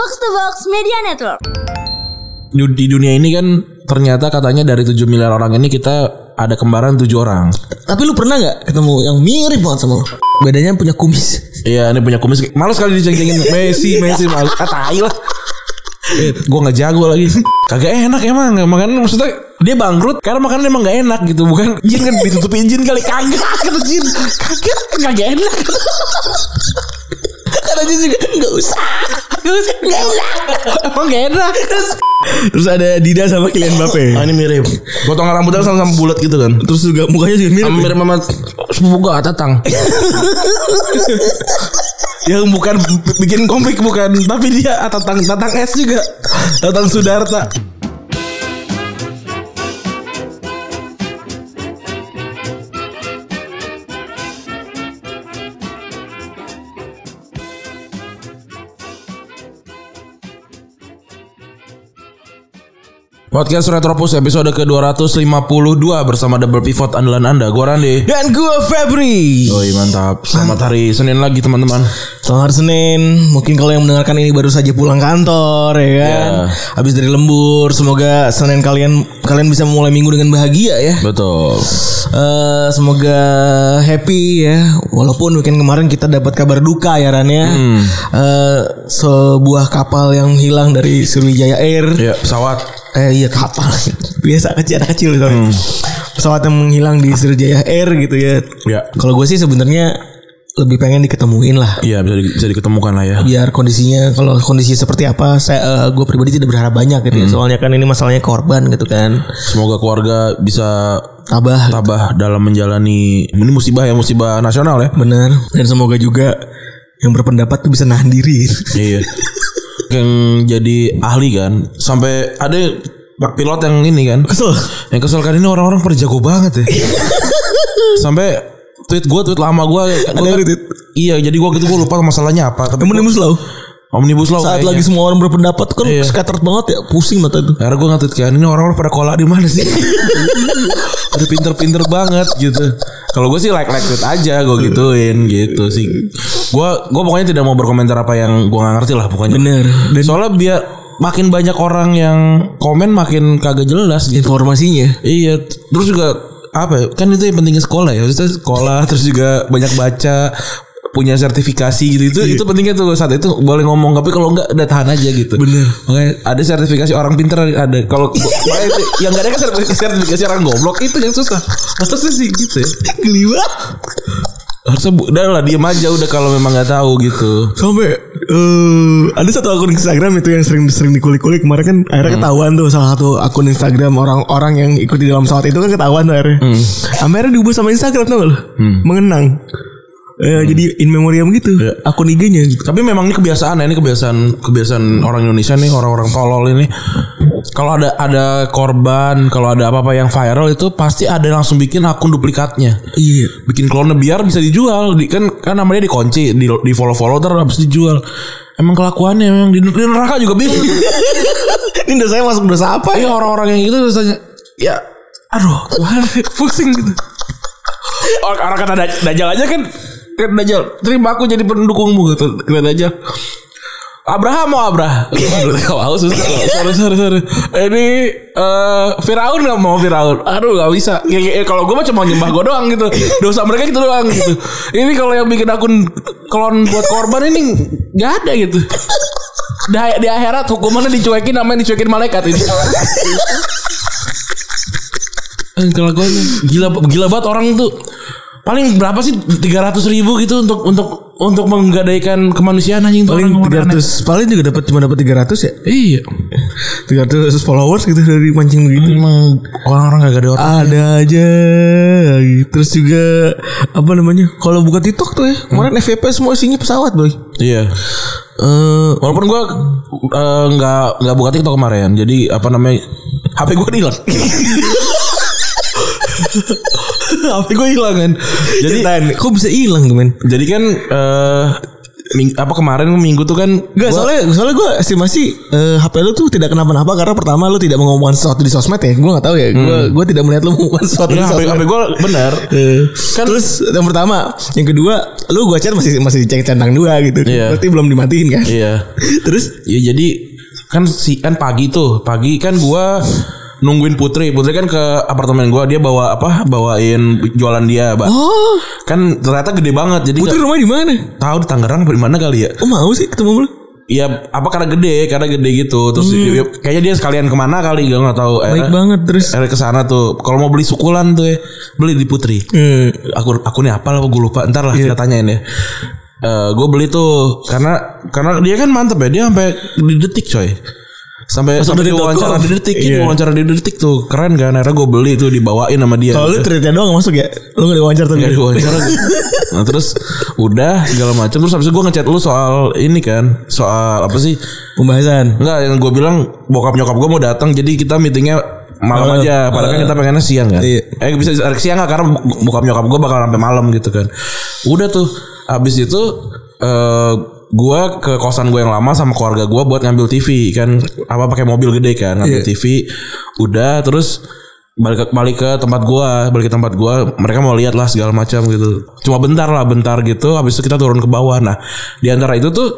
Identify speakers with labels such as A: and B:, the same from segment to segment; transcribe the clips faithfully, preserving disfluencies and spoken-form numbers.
A: Box to Box Media Network.
B: Di dunia ini kan ternyata katanya dari tujuh miliar orang ini kita ada kembaran tujuh orang.
C: Tapi lu pernah gak ketemu yang mirip banget sama lu? Bedanya punya kumis.
B: Iya, ini punya kumis. Males kali diceng-cengin Messi, Messi malu. Ah, tai lah. Eh, gue gak jago lagi. Kagak enak emang. Makanya maksudnya dia bangkrut karena makanan emang gak enak gitu. Bukan jin kan ditutupin jin kali. Kagak kata jin. Kagak kagak enak.
C: Kata jin juga gak usah. Gak usah. Gak enak.
B: Emang gak enak.
C: Terus ada Dida sama Kylian Mbappe.
B: Ah, ini mirip. Potongan rambutnya sama-sama bulat gitu kan.
C: Terus juga mukanya juga mirip.
B: Mirip sama sepupu gue Tatang. Yang bukan bikin komik bukan, tapi dia Tatang Tatang S juga. Tatang Sudarta. Podcast Retropus episode ke dua ratus lima puluh dua bersama double pivot andalan Anda. Gue Randy.
C: Dan gue Febri.
B: Oi, mantap. Selamat hari Senin lagi teman-teman.
C: Selamat hari Senin. Mungkin kalau yang mendengarkan ini baru saja pulang kantor ya kan. Yeah. Habis dari lembur. Semoga Senin kalian kalian bisa memulai minggu dengan bahagia ya.
B: Betul.
C: Uh, semoga happy ya. Walaupun weekend kemarin kita dapat kabar duka ya Ran ya. Hmm. Uh, sebuah kapal yang hilang dari Sriwijaya Air.
B: Ya, pesawat.
C: Eh iya kapal biasa kecil anak kecil gitu. Hmm. Pesawat yang menghilang di Sriwijaya Air gitu ya. Ya. Kalau gue sih sebenarnya lebih pengen diketemuin lah.
B: Iya bisa, di, bisa diketemukan lah ya.
C: Biar kondisinya kalau kondisi seperti apa, saya uh, gue pribadi tidak berharap banyak gitu hmm. ya. Soalnya kan ini masalahnya korban gitu kan.
B: Semoga keluarga bisa
C: tabah,
B: tabah dalam menjalani ini musibah ya musibah nasional ya.
C: Benar. Dan semoga juga yang berpendapat tuh bisa nahan diri.
B: Iya. Yang jadi ahli kan sampai ada pilot yang ini kan
C: kesel
B: yang kesel kan ini orang-orang pada jago banget ya. Sampai tweet gue tweet lama gue
C: ada kan, tweet
B: iya jadi gue gitu gue lupa masalahnya apa tapi
C: Omnibus Law
B: Omnibus Law
C: saat kayaknya. Lagi semua orang berpendapat kan iya. Scattered banget ya pusing mata itu
B: karena gue nge-tweet kan ini orang-orang pada kolak di mana sih. Udah pinter-pinter banget gitu. Kalau gue sih like-like tweet aja gue gituin gitu sih. Gue gue pokoknya tidak mau berkomentar apa yang gue nggak ngerti lah pokoknya.
C: Bener. Dan
B: soalnya biar makin banyak orang yang komen makin kagak jelas gitu.
C: Informasinya.
B: Iya. Terus juga apa ya? Kan itu yang pentingnya sekolah ya. Maksudnya sekolah terus juga banyak baca, punya sertifikasi gitu itu iya. Itu pentingnya tuh saat itu boleh ngomong tapi kalau enggak udah tahan aja gitu.
C: Bener.
B: Makanya ada sertifikasi orang pintar ada. Kalau yang enggak ada kan sertifikasi, sertifikasi orang goblok itu yang susah. Harusnya sih gitu ya.
C: Geliwat.
B: Harusnya udah lah diem aja udah kalau memang nggak tahu gitu.
C: Sampai uh, ada satu akun Instagram itu yang sering sering dikulik-kulik kemarin kan akhirnya hmm. ketahuan tuh salah satu akun Instagram orang-orang yang ikut di dalam pesawat itu kan ketahuan tuh akhirnya. Hmm. Akhirnya diubah sama Instagram tau gak lo? Hmm. Mengenang. Eh, hmm. Jadi in memoriam gitu ya. Akun I G-nya gitu.
B: Tapi memang ini kebiasaan ya. Ini kebiasaan Kebiasaan orang Indonesia nih. Orang-orang tolol ini. Kalau ada ada korban, kalau ada apa-apa yang viral itu pasti ada langsung bikin akun duplikatnya.
C: Iya.
B: Bikin klonnya biar bisa dijual. Di, kan kan namanya dikunci, di, di follow-follow terus habis dijual. Emang kelakuannya memang di, di neraka juga bingung.
C: Ini dosa saya masuk dosa apa
B: ya? Orang-orang yang gitu dosanya. Ya, aduh, pusing gitu. Orang kata Dajjal aja kan, kan Dajjal, terima aku jadi pendukungmu gitu. Kata Dajjal. Abraham mau Abraham. Wow, susah. Sorry, sorry, sorry. Ini uh, Firaun nggak mau Firaun. Aduh, nggak bisa. Ya, ya, kalau gue mah cuma nyembah gue doang gitu. Dosa mereka gitu doang gitu. Ini kalau yang bikin akun klon buat korban ini nggak ada gitu. Di, di akhirat hukumannya dicuekin, namanya dicuekin malaikat ini. Kalau gue gila, gila banget orang tuh. Paling berapa sih tiga ratus ribu gitu untuk untuk untuk menggadaikan kemanusiaan anjing
C: paling tiga ratus paling juga dapat cuma dapat tiga ratus ya.
B: Iya.
C: tiga ratus followers gitu dari mancing begitu.
B: Emang orang-orang gak ada orang.
C: Ada aja. Terus juga apa namanya? Kalau buka TikTok tuh ya, kemarin hmm. F V P semua isinya pesawat, boy.
B: Iya. Uh, walaupun gue nggak uh, nggak buka TikTok kemarin. Jadi apa namanya? H P gue hilang. H P gue hilang kan. Jadi
C: Cetan, kok bisa hilang tuh men?
B: Jadi kan uh, Ming, apa kemarin minggu tuh kan
C: Enggak, soalnya soalnya gue estimasi uh, H P lu tuh tidak kenapa-napa karena pertama lu tidak mengumumkan sesuatu di sosmed ya. Gue enggak tahu ya. Gue hmm. gue tidak melihat lu mengumumkan sesuatu
B: ya,
C: di sosmed.
B: H P gue benar.
C: uh, kan terus yang pertama, yang kedua, lu gue chat masih masih cek centang dua gitu.
B: Iya.
C: Berarti belum dimatiin kan?
B: Iya.
C: Terus
B: ya jadi kan si kan pagi tuh, pagi kan gue nungguin Putri. Putri kan ke apartemen gue, dia bawa apa? Bawain jualan dia, Mbak.
C: Oh.
B: Kan ternyata gede banget. Jadi
C: Putri rumah di mana?
B: Tahu di Tangerang apa di mana kali ya?
C: Oh, mau sih ketemu lu?
B: Iya, apa karena gede, karena gede gitu. Terus hmm. dia, kayaknya dia sekalian kemana kali, gue nggak tahu.
C: Baik era, banget terus.
B: Era ke sana tuh. Kalau mau beli sukulan tuh ya, beli di Putri. Hmm. Aku aku nih apa lah, gue lupa. Ntar lah yeah. kita tanyain ya. Uh, gue beli tuh karena karena dia kan mantep ya, dia sampai di Detik coy. Sampai sampai di wawancara di Detik, iya. wawancara di Detik tuh keren kan. Akhirnya gue beli tuh, dibawain sama dia.
C: Kalau lu tweetnya doang masuk ya, lu nggak diwawancara tuh?
B: Nggak diwawancara. Nah terus udah segala macam. Terus habis itu gue ngechat lu soal ini kan, soal apa sih
C: pembahasan?
B: Enggak, yang gue bilang bokap nyokap gue mau datang, jadi kita meetingnya malam uh, aja. Padahal uh, kan kita pengennya siang kan. Iya. Eh bisa siang nggak, karena bokap nyokap gue bakal sampai malam gitu kan. Udah tuh habis itu. Uh, Gua ke kosan gue yang lama sama keluarga gue buat ngambil T V kan, apa pakai mobil gede kan, ngambil yeah. T V. Udah terus balik ke, balik ke tempat gue, balik ke tempat gue. Mereka mau lihat lah segala macam gitu. Cuma bentar lah, bentar gitu. Habis itu kita turun ke bawah. Nah di antara itu tuh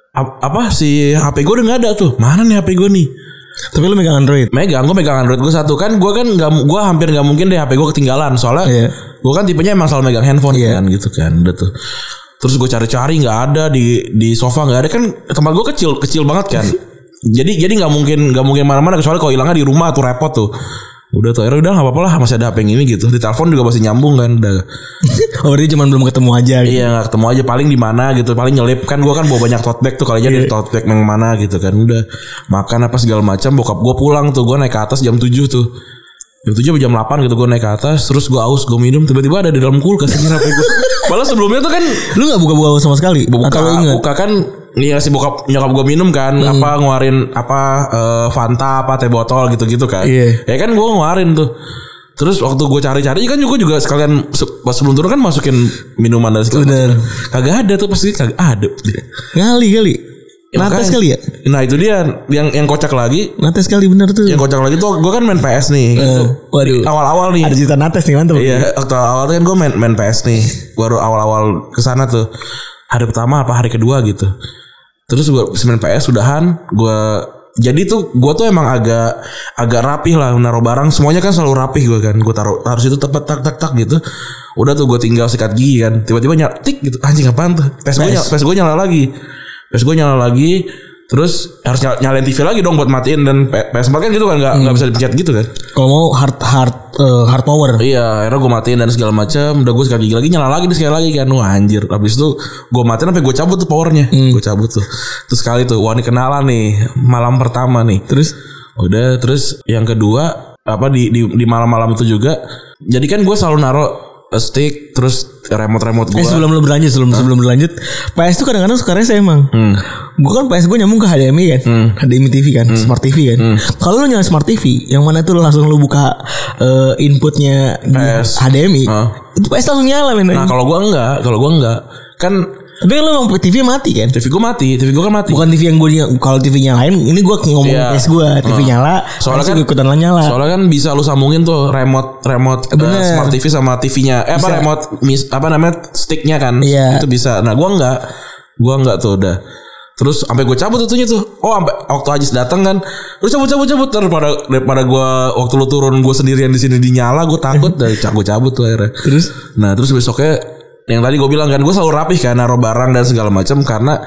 B: apa si H P gue udah nggak ada tuh. Mana nih H P gue nih?
C: Tapi lu megang Android?
B: Megang, gue megang Android gue satu kan. Gue kan nggak, gue hampir nggak mungkin deh H P gue ketinggalan. Soalnya yeah. gue kan tipenya emang selalu megang handphone yeah. kan gitu kan. Udah tuh. Terus gue cari-cari nggak ada di di sofa, nggak ada kan, tempat gue kecil kecil banget kan. jadi jadi nggak mungkin nggak mungkin mana-mana, kecuali kalau hilangnya di rumah tuh repot tuh. Udah tuh akhirnya udah nggak apa-apa lah, masih ada H P yang ini gitu. Di telepon juga masih nyambung kan. Udah.
C: Oh dia cuma belum ketemu aja. Gitu.
B: Iya nggak ketemu aja, paling di mana gitu, paling nyelip kan. Gue kan bawa banyak tote bag tuh, kali aja yeah. di tote bag yang mana gitu kan. Udah makan apa segala macam. Bokap gue pulang tuh, gue naik ke atas jam tujuh tuh. Jam tujuh atau jam delapan gitu gue naik ke atas. Terus gue aus, gue minum, tiba-tiba ada di dalam kulkas ini H P gue. Malah sebelumnya tuh kan lu gak buka-buka sama sekali. Buka, buka kan nih si bokap nyokap gue minum kan, hmm. apa ngeluarin apa uh, Fanta apa teh botol gitu-gitu kan. Yeah. Ya kan gue ngeluarin tuh. Terus waktu gue cari-cari kan juga juga sekalian pas sebelum turun kan masukin minuman dan segala macam. Kagak ada tuh, pasti kagak ada.
C: Ngali kali. Nates kali ya.
B: Nah itu dia yang yang kocak lagi.
C: Nates kali bener tuh.
B: Yang kocak lagi tuh gue kan main P S nih. Uh, gitu.
C: Waduh.
B: Awal-awal nih.
C: Ada cerita Nates nih mantap.
B: Iya. Waktu awal tuh kan gue main main P S nih. Baru awal-awal kesana tuh. Hari pertama apa hari kedua gitu. Terus gue main P S udahan. Gue jadi tuh gue tuh emang agak agak rapih lah naruh barang. Semuanya kan selalu rapih gue kan. Gue taruh harus itu tepat tak tak tak gitu. Udah tuh gue tinggal sikat gigi kan. Tiba-tiba nyala tik gitu. Anjing apaan tuh? P S gue nyala, P S gue nyala lagi. P S gue nyala lagi. Terus harus nyal- nyalain T V lagi dong buat matiin. Dan P S empat kan gitu kan, nggak nggak hmm. bisa dipencet gitu kan.
C: Kalau mau hard hard uh, hard power.
B: Iya, akhirnya gue matiin dan segala macam. Udah gue sikat gigi lagi, nyala lagi sekali lagi kan. Wah anjir. Habis itu gue matiin sampai gue cabut tuh powernya. Hmm. Gue cabut tuh. Terus sekali tuh, wah ini kenalan nih malam pertama nih.
C: Terus
B: udah, terus yang kedua apa di di, di malam-malam itu juga. Jadi kan gue selalu naruh stick terus remote-remote gue.
C: Eh sebelum lu berlanjut, sebelum huh? sebelum berlanjut, P S tuh kadang-kadang suka rese emang. Hmm. Gue kan P S gue nyambung ke H D M I kan, hmm. H D M I T V kan, hmm. Smart T V kan. Hmm. Kalau lu nyala Smart T V, yang mana tuh langsung lu buka uh, inputnya di H D M I, huh? Itu P S langsung nyala men.
B: Nah kalau gue enggak, kalau gue enggak, kan.
C: Tapi kan lu emang T V mati kan?
B: T V gue mati, T V gue kan mati.
C: Bukan T V yang gue, kalau T V nyalain, ini gue ngomong yeah. P S gue, T V uh. nyala, soalnya kan ikutan nyala.
B: Soalnya kan bisa lu sambungin tuh remote remote uh, Smart T V sama T V-nya, eh bisa. apa remote mis, apa namanya sticknya kan, yeah. Itu bisa. Nah gue enggak, gue enggak tuh udah. Terus sampai gue cabut itunya tuh. Oh sampai waktu Ajis datang kan, terus cabut cabut cabut daripada daripada gue waktu lu turun gue sendirian di sini dinyala, gue takut dari gue cabut tuh akhirnya. Terus, nah terus besoknya yang tadi gue bilang kan, gue selalu rapih kan naruh barang dan segala macam karena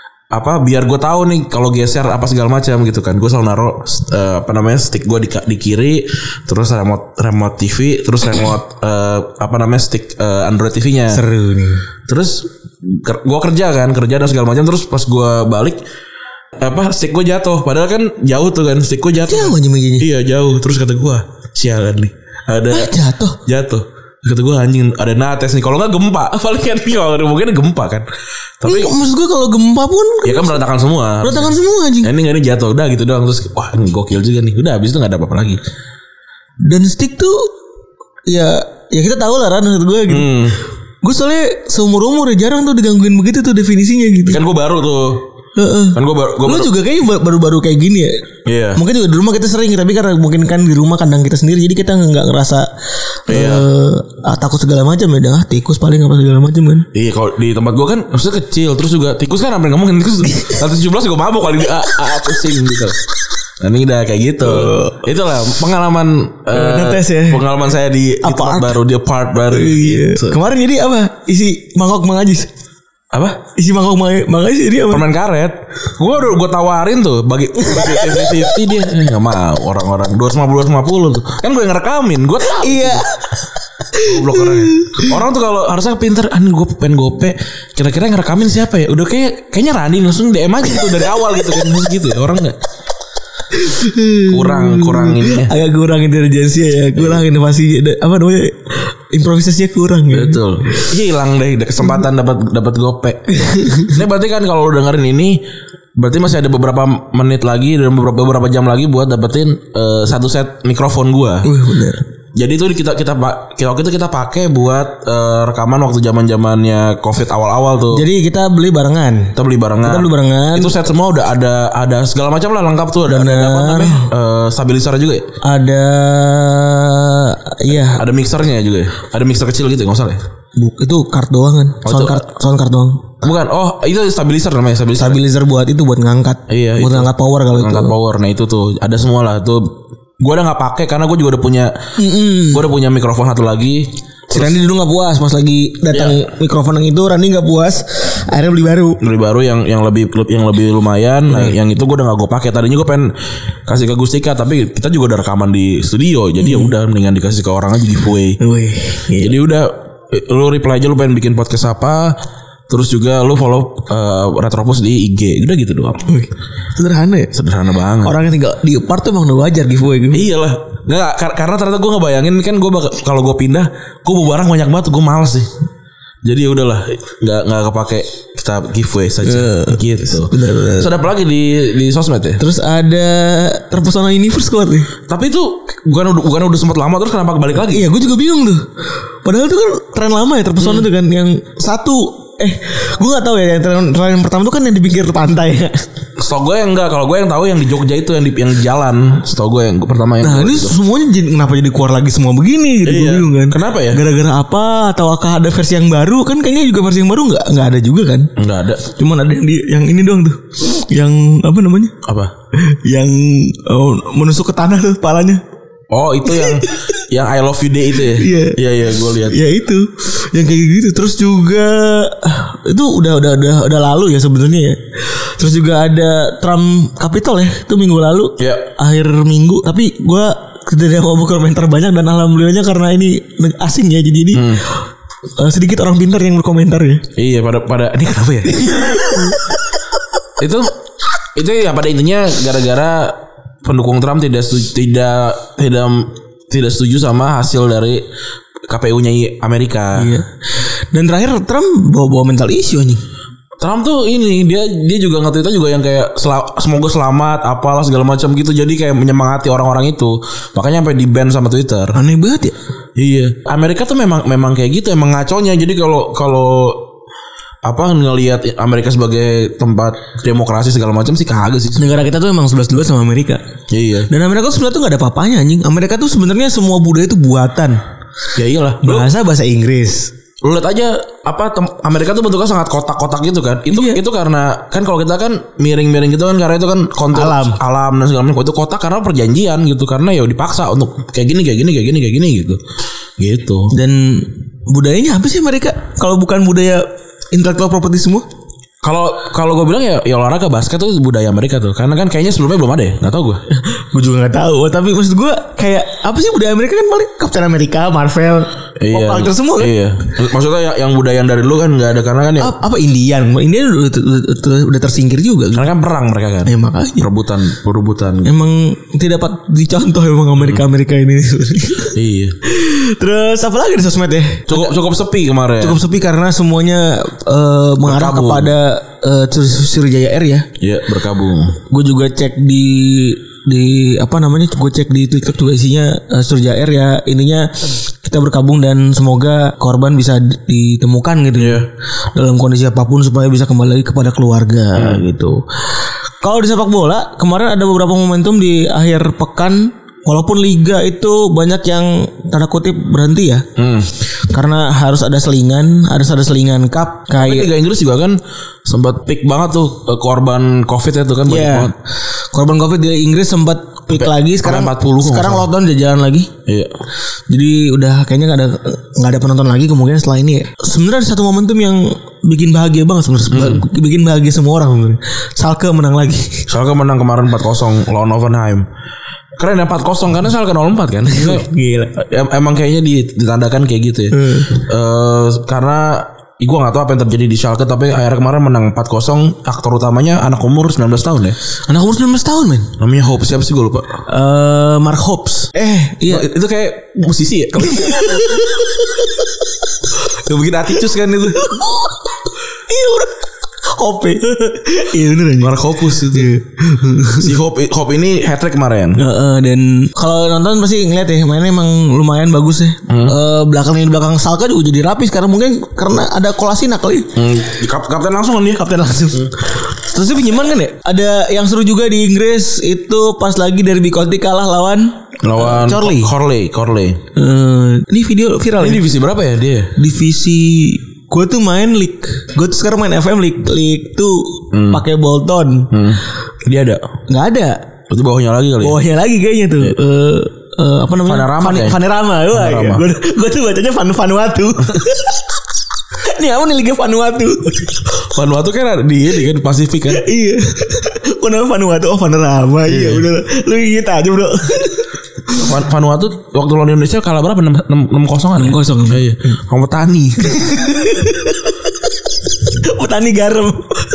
B: apa biar gue tahu nih kalau geser apa segala macam gitu kan. Gue selalu naruh uh, apa namanya stick gue di, di kiri, terus remote remote T V, terus remote uh, apa namanya stick uh, Android T V-nya.
C: Seru nih.
B: Terus ker- gue kerja kan kerja dan segala macam, terus pas gue balik apa stick gue jatuh, padahal kan jauh tuh kan stick gue jatuh.
C: Jauh aja begini.
B: Iya jauh. Terus kata gue sialan nih ada
C: ah, jatuh
B: jatuh. Kata gue anjing ada Nates nih, kalau nggak gempa paling kan kalau mungkin gempa kan. Tapi
C: ini, maksud gue kalau gempa pun
B: ya kan berantakan semua.
C: Berantakan semua anjing.
B: Ini nggak ini jatuh udah gitu doang, terus wah ini gokil juga nih. Udah habis itu nggak ada apa-apa lagi.
C: Dan stick tuh ya ya kita tahu lah kan maksud gue gitu. Hmm. Gue soalnya seumur umur ya jarang tuh digangguin begitu tuh definisinya gitu.
B: Kan gue baru tuh.
C: Uh, uh.
B: Kan gue baru,
C: Lu
B: baru.
C: juga kayaknya baru-baru kayak gini ya.
B: Iya. Yeah.
C: Mungkin juga di rumah kita sering, tapi karena mungkin kan di rumah kandang kita sendiri, jadi kita nggak ngerasa
B: yeah.
C: uh, takut segala macam ya. Ah tikus paling apa segala macam kan.
B: Iya, kalau di tempat gue kan maksudnya kecil, terus juga tikus kan sampai ngomongin tikus seratus tujuh belas gue mabuk kali ah, ah pusing gitu. Nah ini udah kayak gitu. Uh, Itulah pengalaman uh,
C: ya.
B: Pengalaman saya di, di tempat baru, di apart baru.
C: Iya. Gitu. Kemarin jadi apa? Isi mangkok Mang Ajis. Apa? Isi mangkok Mang Ajis jadi apa?
B: Permen karet. Gue udah gue tawarin tuh bagi fifty-fifty dia enggak mau orang-orang dua ratus lima puluh dua ratus lima puluh tuh. Kan gue yang ngerekamin, gue tahu. Iya. Goblok orangnya. Orang tuh kalau harusnya pinter, ah gue pengen gope. Kira-kira yang ngerekamin siapa ya? Udah kayak kayaknya Rani langsung D M aja gitu dari awal gitu kan gitu ya. Orang enggak kurang kurang ini ya.
C: Agak kurang intelijensi ya, kurang inovasi apa namanya, improvisasinya kurang ya.
B: Betul. Hilang deh kesempatan dapat dapat gope. Ini berarti kan kalau lu dengerin ini berarti masih ada beberapa menit lagi dan beberapa beberapa jam lagi buat dapetin uh, satu set mikrofon gua.
C: Uh, bener.
B: Jadi itu kita kita kita waktu itu kita pakai buat uh, rekaman waktu zaman-zamannya Covid awal-awal tuh.
C: Jadi kita beli barengan.
B: Kita beli barengan.
C: Kita beli barengan.
B: Itu set semua udah ada ada segala macam lah lengkap tuh ada, ada apa namanya? Uh, stabilizer juga ya?
C: Ada iya.
B: Ada mixernya juga ya? Ada mixer kecil gitu enggak salah ya?
C: Buk, itu kart doang kan.
B: Oh,
C: sound card sound card doang.
B: Bukan. Oh, itu stabilizer namanya, stabilizer.
C: Stabilizer buat itu buat ngangkat.
B: Iya,
C: buat
B: itu.
C: ngangkat power kalau itu.
B: Ngangkat power. Nah, itu tuh ada semua lah tuh. Gue udah nggak pakai karena gue juga udah punya, mm-mm. gue udah punya mikrofon satu lagi.
C: Si Randy dulu nggak puas pas lagi datang ya. Mikrofon yang itu Randy nggak puas, akhirnya beli baru.
B: Beli baru yang yang lebih yang lebih lumayan. Hmm. Nah, yang itu gue udah nggak gue pakai. Tadinya gue pengen kasih ke Gustika, tapi kita juga udah rekaman di studio, jadi hmm. ya udah mendingan dikasih ke orang aja giveaway.
C: Wih, iya.
B: Jadi udah lu reply aja lu pengen bikin podcast apa. Terus juga lu follow uh, Retropus di I G. Udah gitu doang.
C: Wih, sederhana ya?
B: Sederhana banget.
C: Orang yang tinggal di apart tuh emang udah wajar giveaway gitu.
B: Iyalah. Nggak, kar- karena ternyata gue ngebayangin kan gue bak- kalau gue pindah, gue bawa barang banyak banget, gue males sih. Jadi ya udahlah, nggak nggak kepake, kita giveaway saja. Uh, gitu. Benar, benar. Terus ada apa lagi di di sosmed ya?
C: Terus ada Terpesona Universe keluar nih.
B: Tapi itu bukan bukan udah sempat lama terus kenapa balik lagi?
C: Iya, gue juga bingung tuh. Padahal itu kan tren lama ya Terpesona itu hmm. kan yang satu. Eh, gue gak tahu ya yang tren, tren yang pertama itu kan yang di pinggir pantai.
B: Setahu gue yang enggak, kalau gue yang tahu yang di Jogja itu yang di yang jalan. Setahu gue yang pertama yang.
C: Nah ini
B: itu.
C: Semuanya jadi, kenapa jadi keluar lagi semua begini? Jadi iya. gue bingung kan.
B: Kenapa ya?
C: Gara-gara apa? Atau akan ada versi yang baru? Kan kayaknya juga versi yang baru nggak nggak ada juga kan?
B: Nggak ada.
C: Cuman ada yang di yang ini doang tuh. Yang apa namanya?
B: Apa?
C: Yang oh, menusuk ke tanah tuh kepalanya.
B: Oh itu yang yang I love you day itu ya?
C: Iya
B: iya iya gue lihat.
C: Ya itu yang kayak gitu. Terus juga itu udah udah udah udah lalu ya sebenarnya ya. Terus juga ada Trump Capitol ya itu minggu lalu.
B: Iya.
C: Akhir minggu. Tapi gue tidak mau berkomentar banyak dan alhamdulillahnya karena ini asing ya jadi ini hmm. uh, sedikit orang pintar yang berkomentar ya.
B: Iya pada pada ini kenapa ya? itu itu ya pada intinya gara-gara pendukung Trump tidak tidak tidak tidak setuju sama hasil dari K P U-nya Amerika.
C: Iya. Dan terakhir Trump bawa-bawa mental issue nih.
B: Trump tuh ini dia dia juga nge-tweetnya juga yang kayak sel- semoga selamat apalah segala macam gitu. Jadi kayak menyemangati orang-orang itu. Makanya sampai di-ban sama Twitter.
C: Aneh banget ya.
B: Iya. Amerika tuh memang memang kayak gitu, emang ngaconya. Jadi kalau kalau apa ngelihat Amerika sebagai tempat demokrasi segala macam sih kagak sih.
C: Negara kita tuh emang sebelas dua sama Amerika.
B: Iya.
C: Dan Amerika tuh sebenarnya tuh enggak ada apa-apanya anjing. Amerika tuh sebenarnya semua budaya itu buatan.
B: Ya iyalah.
C: Bahasa bahasa Inggris.
B: Lu lihat aja apa tem- Amerika tuh bentuknya sangat kotak-kotak gitu kan. Itu iya. itu karena kan kalau kita kan miring-miring gitu kan karena itu kan kontur
C: alam.
B: alam dan segala macam. Itu kotak karena perjanjian gitu karena ya dipaksa untuk kayak gini kayak gini kayak gini kayak gini gitu. Gitu.
C: Dan budayanya apa sih Amerika? Kalau bukan budaya intellectual property semua?
B: Kalau kalau gue bilang ya, ya olahraga basket tuh budaya Amerika tuh. Karena kan kayaknya sebelumnya belum ada ya. Gak tau gue.
C: Gue juga gak tahu. Tapi maksud gue kayak apa sih budaya Amerika kan paling Captain America, Marvel,
B: iya,
C: karakter semua kan.
B: Iya. Maksudnya yang, yang budaya dari dulu kan gak ada karena kan ya.
C: Apa, apa Indian? Indian udah, udah, udah, udah tersingkir juga.
B: Karena kan perang mereka kan.
C: Ya makanya.
B: Perebutan, perebutan.
C: Emang tidak dapat dicontoh emang Amerika Amerika ini.
B: Iya.
C: Terus apa lagi di sosmed ya?
B: Cukup cukup sepi kemarin.
C: Cukup sepi karena semuanya uh, mengarah kepada uh, Sriwijaya Air ya.
B: Iya berkabung.
C: Gue juga cek di di apa namanya gue cek di TikTok juga isinya uh, Surya Air ya, intinya kita berkabung dan semoga korban bisa ditemukan gitu ya, dalam kondisi apapun supaya bisa kembali lagi kepada keluarga hmm. gitu. Kalau di sepak bola kemarin ada beberapa momentum di akhir pekan, walaupun liga itu banyak yang tanda kutip berhenti ya, hmm. karena harus ada selingan, harus ada selingan cup. Kayak
B: Liga Inggris juga kan sempat peak banget tuh korban Covid itu kan banyak
C: yeah.
B: banget.
C: Korban Covid di Inggris sempat peak
B: Sampai,
C: lagi, sekarang
B: empat puluh
C: sekarang lockdown jalan lagi.
B: Iya.
C: Jadi udah kayaknya nggak ada nggak ada penonton lagi kemungkinan setelah ini. Ya. Sebenarnya ada satu momentum yang bikin bahagia banget sebenarnya, hmm. bikin bahagia semua orang sebenarnya. Schalke menang lagi.
B: Schalke menang kemarin empat kosong lawan Hoffenheim. Keren ya empat kosong karena Schalke nol empat kan.
C: Gila.
B: Emang kayaknya ditandakan kayak gitu ya. Hmm. Uh, karena gue gak tahu apa yang terjadi di Schalke, tapi akhirnya kemarin menang empat kosong. Aktor utamanya anak umur sembilan belas tahun ya.
C: Anak umur sembilan belas tahun men.
B: Namanya Hope, siapa sih gue lupa.
C: uh, Mark Hoppes.
B: Eh iya, itu kayak musisi ya. Yang bikin Atticus kan itu.
C: Iya udah Hope. Iya bener aja.
B: Mark Hoppus itu. Si Hope Hope ini hat-trick kemarin.
C: Uh, uh, dan kalau nonton pasti ngeliat ya, mainnya emang lumayan bagus ya. Hmm. Uh, belakang di belakang Schalke juga jadi rapi sekarang, mungkin karena ada Kolasinac kali.
B: Hmm. Kap kapten langsung kan dia, kapten langsung. Hmm.
C: Terus pinjaman kan ya? Ada yang seru juga di Inggris itu pas lagi derby county kalah lawan
B: lawan uh, Chorley. Chorley, Chorley.
C: Uh, ini video viral.
B: Ini
C: ya?
B: divisi berapa ya dia?
C: Divisi gue tuh main league, gue tuh sekarang main F M League, League tuh hmm. pakai Bolton. Hmm.
B: Dia ada?
C: Nggak ada.
B: Itu bawahnya lagi kali.
C: Bawahnya ya? lagi kayaknya tuh. Yeah. Uh, uh, apa namanya?
B: Panorama.
C: Panorama. Ya? Gue gue tuh bacanya Van Vanuatu. Ini apa nih Liga Vanuatu?
B: Vanuatu kan ada di ini kan Pasifik kan.
C: Iya. Kok namanya Vanuatu? Oh Panorama. Iya udah. Lu inget aja bro.
B: Vanuatu waktu lawan Indonesia kalah berapa? enam kosong kan? enam kosong. Iya. Kamu petani.
C: Petani garam.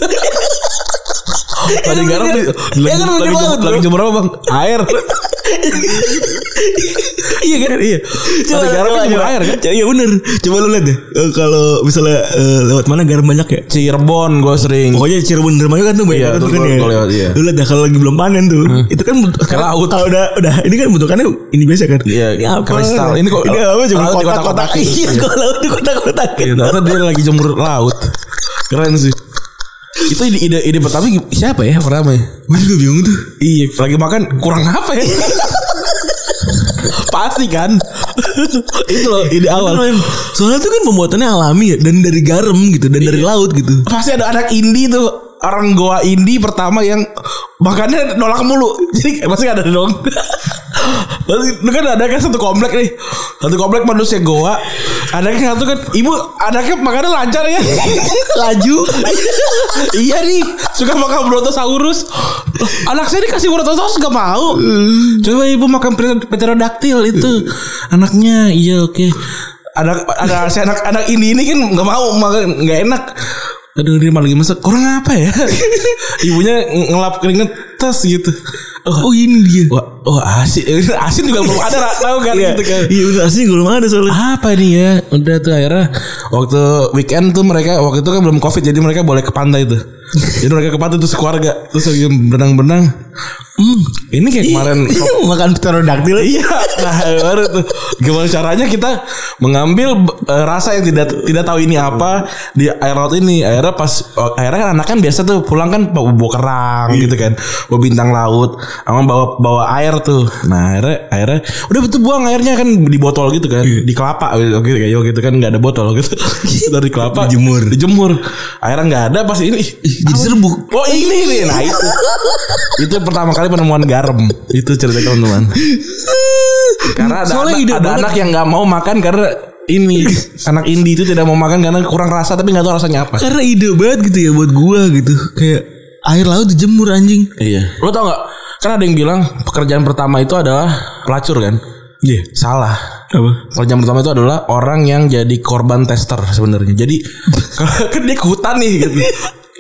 B: Petani garam.
C: Ya kan lagi jam
B: lagi jam berapa bang? Air.
C: Iya kan? Iya.
B: Coba garam kan jumur air kan?
C: Iya bener. Coba lu lihat deh. Uh, kalau misalnya uh, lewat mana garam banyak ya?
B: Cirebon gue sering.
C: Pokoknya Cirebon Dermayu kan tuh banyak.
B: Iya,
C: tuh
B: kan ya. Lewat, iya.
C: Lu lihat dah kalau lagi belum panen tuh. Hmm. Itu kan ke laut. Kalau udah udah ini kan bentukannya ini biasa kan?
B: Iya. Ini apa? Kristal. Ini kok
C: ini apa? Cuma kotak-kotak. Iya, kalau laut tuh kotak-kotak.
B: Iya, ternyata dia lagi jemur laut. Keren sih. Itu ide ide, ide pertama siapa ya pertama ya?
C: Gue juga bingung tuh.
B: Iya, lagi makan kurang apa ya? Pasti kan. Itu loh ide awal.
C: Soalnya tuh kan pembuatannya alami ya, dan dari garam gitu, dan dari laut gitu.
B: Pasti ada anak indie tuh, orang Goa indie pertama yang makannya nolak mulu. Jadi pasti ada dong. Pasti kan ada kan satu komplek nih. Satu komplek manusia Goa. Ada kan satu kan ibu anaknya makannya lancar ya.
C: Laju.
B: Iya nih, suka makan Brontosaurus. Anak saya dikasih Brontosaurus gak mau. Coba ibu makan Pterodactyl itu. Anaknya iya oke. Okay. Anak ada si anak anak ini ini kan nggak mau makan, nggak enak. Aduh dia malah lagi masak. Kurang apa ya? Ibunya ngelap keringet tes gitu.
C: Oh, oh ini dia.
B: Wah, oh asin. Asin juga belum ada, tahu kan
C: iya,
B: gitu kan.
C: Iya, asin belum ada soalnya.
B: Apa nih ya? Udah tuh akhirnya waktu weekend tuh mereka waktu itu kan belum Covid, jadi mereka boleh ke pantai tuh. Jadi mereka ke pantai tuh sekeluarga. Terus lagi berenang-berenang. Hmm, ini kayak kemarin
C: makan pterodactyl.
B: Iya. Nah, baru tuh gimana caranya kita mengambil uh, rasa yang tidak tidak tahu ini apa di air laut ini. Akhirnya pas oh, akhirnya kan anak kan biasa tuh pulang kan bawa, bawa kerang iya. gitu kan. Bawa bintang laut, sama bawa bawa air tuh. Nah, akhirnya akhirnya udah betul buang airnya kan di botol gitu kan. Iya. Di kelapa gitu kayak gitu kan enggak ada botol gitu. Dari kelapa
C: dijemur.
B: Dijemur. Akhirnya enggak ada pas ini
C: jadi serbuk.
B: Oh, ini nih. Nah, itu. Itu pertama kali penemuan garam. Itu cerita teman-teman. Karena ada, anak, ada anak yang nggak mau makan karena ini anak indie itu tidak mau makan karena kurang rasa tapi nggak tahu rasanya apa.
C: Karena ide banget gitu ya buat gua gitu. Kayak air laut dijemur anjing.
B: Iya. Lo tau nggak? Kan ada yang bilang pekerjaan pertama itu adalah pelacur kan?
C: Iya. Yeah.
B: Salah.
C: Apa?
B: Pekerjaan pertama itu adalah orang yang jadi korban tester sebenarnya. Jadi kan dia ke hutan nih gitu.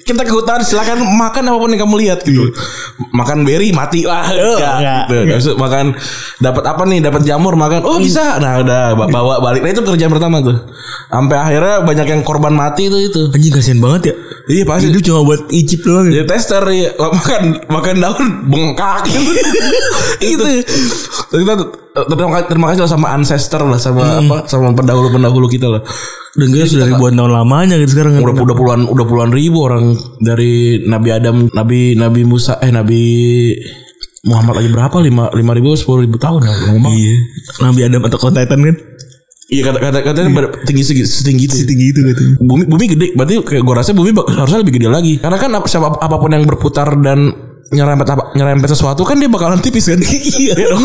B: kita ke hutan silakan makan apapun yang kamu lihat gitu. Makan beri mati lah enggak gitu. Maksud makan dapat apa nih? Dapat jamur makan. Oh bisa. Nah udah bawa balik. Nah itu kerjaan pertama tuh. Sampai akhirnya banyak yang korban mati itu itu.
C: Anjing kasihan banget ya.
B: Iya pasti.
C: Itu cuma buat icip doang.
B: Ya tester ya. Makan makan daun bengkak gitu. Itu. Kita terima, terima kasih lah sama ancestor lah sama hmm. apa sama pendahulu-pendahulu kita lah.
C: Dan kita sudah ribuan tahun lamanya gitu sekarang.
B: Udah, udah puluhan udah puluhan ribu orang dari Nabi Adam, Nabi Nabi Musa eh Nabi Muhammad lagi berapa? lima lima ribu sepuluh ribu tahun ya.
C: Iya. Nabi Adam atau Titan kan?
B: Iya kata kata katanya iya. tinggi setinggi setinggi itu.
C: Setinggi itu katanya.
B: Bumi bumi gede, berarti kayak gue rasa bumi harusnya lebih gede lagi. Karena kan siapa apapun yang berputar dan nyerempet apa nyerempet sesuatu kan dia bakalan tipis kan? Iya dong.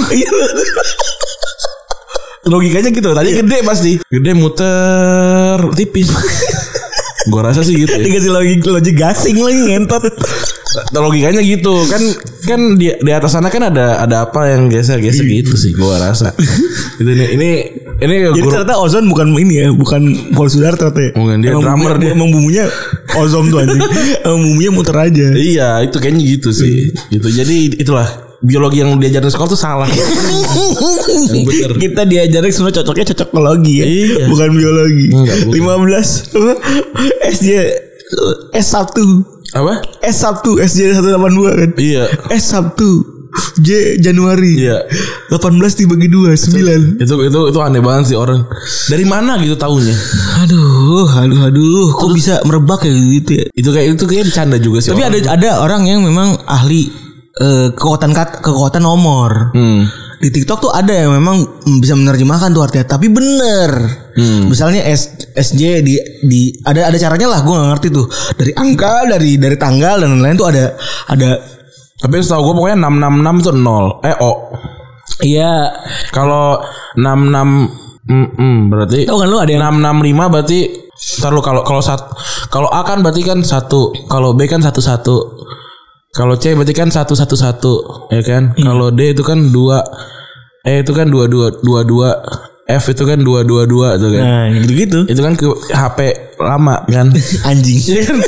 B: Logikanya gitu. Tadi yeah. gede pasti. Gede muter tipis. Gue rasa sih gitu ya.
C: Dikasih logik logik gasing lagi ngentot.
B: Logikanya gitu kan kan di di atas sana kan ada ada apa yang geser-geser gitu sih gue rasa. Itu ini ini ini
C: jadi guru, ternyata ozon bukan ini ya, bukan polusi udara ternyata ya.
B: Mungkin dia
C: emang
B: drummer
C: bumi,
B: dia.
C: Emang bumunya ozon tuh anjing. Emang bumunya muter aja.
B: Iya, itu kayaknya gitu sih. Gitu. Jadi itulah biologi yang diajarin sekolah tuh salah. Yang bener.
C: Kita diajarin sebenarnya cocoknya cocokologi ya. Iya. Bukan biologi. Enggak, lima belas S J S satu
B: apa?
C: S satu S J seratus delapan puluh dua kan? Iya. S satu J Januari. Iya. delapan belas dibagi dua sembilan.
B: Itu itu itu aneh banget sih orang. Dari mana gitu taunya?
C: Aduh, aduh, aduh. Kok bisa merebak ya gitu ya?
B: Itu kayak itu kayak bercanda juga sih.
C: Tapi orang. ada ada orang yang memang ahli uh, kekuatan kat, kekuatan nomor. Hmm. Di TikTok tuh ada yang memang bisa menerjemahkan tuh artinya, tapi bener. Hmm. Misalnya S SJ di di ada ada caranya lah, gue nggak ngerti tuh dari angka, dari dari tanggal dan lain-lain tuh ada ada.
B: Tapi setahu gue pokoknya enam enam enam tuh nol. Eh O.
C: Iya.
B: Kalau enam enam mm, berarti
C: tahu kan lu ada yang
B: enam enam lima berarti ntar lu kalau kalau sat kalau A kan berarti kan satu, kalau B kan satu satu. Kalau C berarti kan satu satu satu, ya kan? Hmm. Kalau D itu kan dua, E itu kan dua dua dua dua, F itu kan dua dua dua tuh kan?
C: Nah, gitu-gitu.
B: Itu kan ke H P lama kan?
C: Anjing.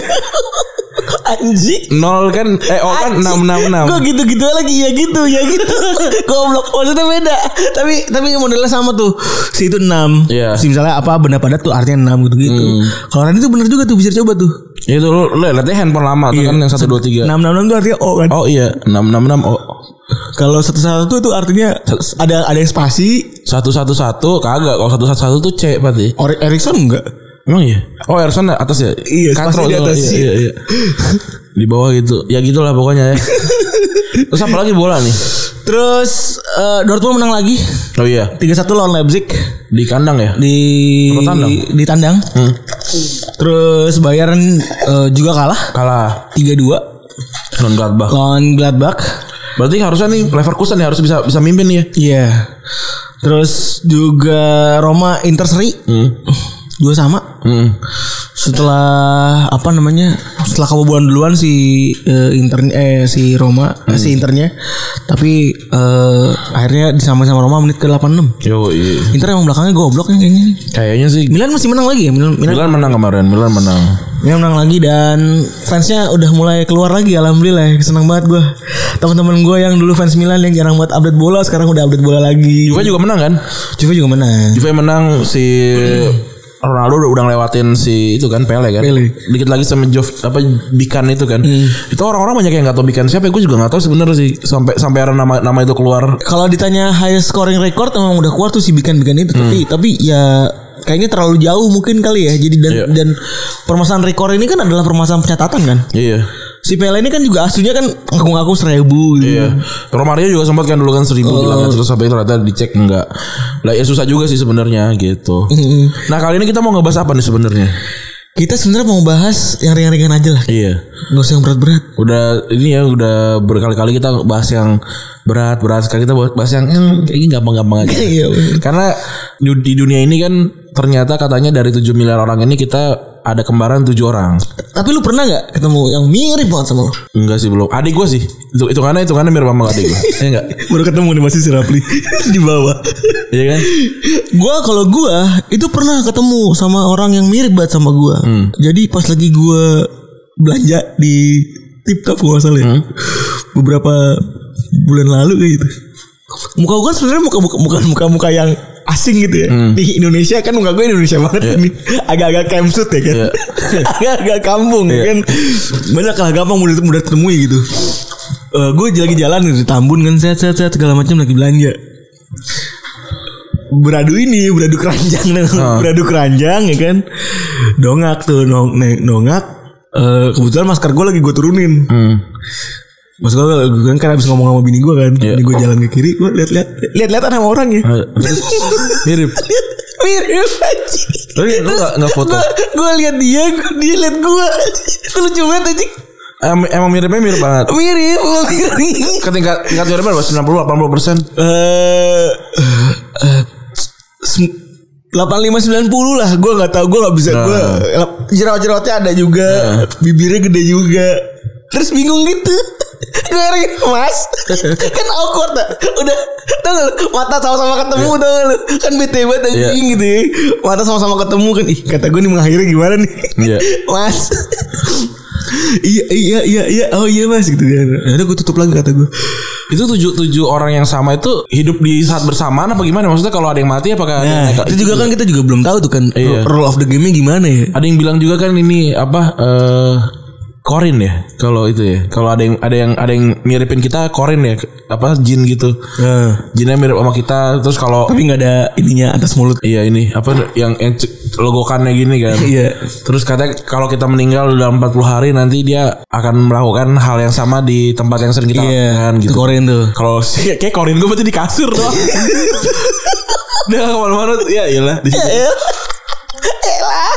C: Anjing.
B: Nol kan, eh O kan enam enam enam.
C: Kok gitu-gitu lagi ya gitu ya gitu. Goblok. Maksudnya beda. Tapi tapi modelnya sama tuh. Si itu enam. Yeah. Si misalnya apa benda padat tuh artinya enam gitu-gitu. Hmm. Kalau tadi itu benar juga tuh, bisa coba tuh.
B: Ya itu lu lihatnya handphone lama tuh iya. Kan yang satu dua tiga.
C: enam enam enam tuh artinya O kan?
B: Oh iya, enam enam enam O.
C: Kalau satu satu itu artinya ada ada yang spasi.
B: satu satu satu kagak. Kalau satu satu satu tuh C berarti.
C: Erickson enggak?
B: Emang iya? Oh Erickson atas ya?
C: Iya,
B: Katro
C: di atas.
B: Iya, iya, iya. Di bawah gitu. Ya gitulah pokoknya ya. Terus apa lagi bola nih?
C: Terus uh, Dortmund menang lagi.
B: Oh iya.
C: tiga satu lawan Leipzig.
B: Di kandang ya?
C: Di
B: tandang.
C: Di tandang. Hmm. Terus Bayern uh, juga kalah.
B: Kalah.
C: tiga dua
B: lawan Gladbach.
C: Lawan Gladbach.
B: Berarti harusnya nih Leverkusen ya harus bisa bisa mimpin ya.
C: Iya. Yeah. Terus juga Roma Inter seri. Hmm. Dua sama. Hmm. Setelah apa namanya? Setelah kebobolan duluan si uh, Inter eh si Roma, hmm. si Internya. Tapi uh, akhirnya disamain sama Roma menit ke delapan puluh enam.
B: Yo, iya.
C: Inter emang belakangnya gobloknya kayaknya.
B: Kayaknya sih.
C: Milan masih menang lagi ya? Milan,
B: Milan, Milan menang kemarin. Milan menang.
C: Milan menang lagi dan fansnya udah mulai keluar lagi. Alhamdulillah, senang banget gue. Teman-teman gue yang dulu fans Milan yang jarang buat update bola sekarang udah update bola lagi.
B: Juve juga menang kan?
C: Juve juga menang.
B: Juve menang si hmm. Ronaldo udah ngelewatin si itu kan Pele kan.
C: Pele.
B: Dikit lagi sama Jov apa Bikan itu kan. Hmm. Itu orang-orang banyak yang enggak tahu Bikan siapa. Gue juga enggak tahu sebenarnya sih sampai sampai era nama nama itu keluar.
C: Kalau ditanya highest scoring record emang udah keluar tuh si Bikan-Bikan itu. Hmm. Tapi tapi ya kayaknya terlalu jauh mungkin kali ya. Jadi dan yeah. dan permasalahan rekor ini kan adalah permasalahan pencatatan kan.
B: Iya. Yeah.
C: Si Pele ini kan juga aslinya kan ngaku-ngaku seribu gitu.
B: Iya. Romario juga sempat kan dulu kan seribu oh. bilang terus sampai ternyata dicek enggak. Lah ya susah juga sih sebenarnya gitu. Mm-hmm. Nah kali ini kita mau ngebahas apa nih sebenarnya?
C: Kita sebenarnya mau bahas yang ringan-ringan aja lah.
B: Iya.
C: Gak usah yang berat-berat.
B: Udah ini ya udah berkali-kali kita bahas yang berat-berat. Sekarang kita bahas yang yang kayaknya gampang-gampang aja. Iya. Karena di dunia ini kan ternyata katanya dari tujuh miliar orang ini kita ada kembaran tujuh orang.
C: Tapi lu pernah gak ketemu yang mirip banget sama lu?
B: Enggak sih belum. Adik gue sih. Itu itu karena itu karena mirip sama adik gue. Iya enggak?
C: Baru ketemu nih masih si Rapli di bawah.
B: Iya kan?
C: Gue kalau gue itu pernah ketemu sama orang yang mirip banget sama gue. Hmm. Jadi pas lagi gue belanja di Tip Top kalau nggak salah ya. Hmm? Beberapa bulan lalu kayak gitu. Muka gue kan sebenarnya muka muka muka muka muka yang asing gitu ya. Hmm. Di Indonesia kan muka gue Indonesia banget yeah. Ini agak-agak kemsut ya kan. Yeah. Agak-agak kampung yeah. Kan. Banyak lah gampang mudah mudah temui gitu. Uh, gue lagi jalan di Tambun kan sehat-sehat segala macam lagi belanja. Beradu ini, beradu keranjang, oh. beradu keranjang ya kan. Dongak tuh, nong, nongak. Uh, kebetulan masker gue lagi gue turunin. Hmm. Maksud gue kan habis ngomong sama bini gue kan. Yeah. Bini gue jalan ke kiri, gue lihat-lihat, lihat-lihat sama orang ya. Uh,
B: mirip.
C: Mirip aja.
B: Tapi lu gak, gak foto?
C: Gue lihat dia, dia lihat gue. Itu lucu banget aja.
B: Em, emang miripnya mirip banget.
C: Mirip, mirip.
B: Ketingkat tingkat miripnya berapa? sembilan puluh delapan puluh persen.
C: Eh delapan puluh lima sembilan puluh lah. Gue enggak tahu, gue enggak bisa. Nah. Gue jerawat-jerawatnya ada juga. Nah. Bibirnya gede juga. Terus bingung gitu. Gue ngeri, Mas. Kan awkward dah. Udah tau gak lu, mata sama-sama ketemu yeah. Tau gak lu. Kan bete banget anjing yeah. Gitu ya. Mata sama-sama ketemu kan. Ih, kata gue nih mengakhiri gimana nih yeah. Mas. Iya iya iya iya oh iya mas gitu kan. Ada gue tutup lagi kata gue.
B: Itu tujuh tujuh orang yang sama itu hidup di saat bersamaan apa gimana? Maksudnya kalau ada yang mati apakah?
C: Nah, ada yang itu juga kan kita juga belum tahu tuh kan iya. Role of the game-nya gimana ya?
B: Ada yang bilang juga kan ini apa? Uh, Korin ya kalau itu ya. Kalau ada yang ada yang ada yang miripin kita Korin ya apa jin gitu. Nah. Jinnya mirip sama kita terus kalau
C: tapi nggak ada ininya atas mulut.
B: Iya ini apa yang yang logokannya gini kan.
C: Iya.
B: Terus katanya kalau kita meninggal dalam empat puluh hari nanti dia akan melakukan hal yang sama di tempat yang sering kita lakukan gitu.
C: Korin tuh.
B: Kalau kayak Korin gue berarti di kasur doang. Dia enggak kemana-mana. Ya iyalah di situ. Elah.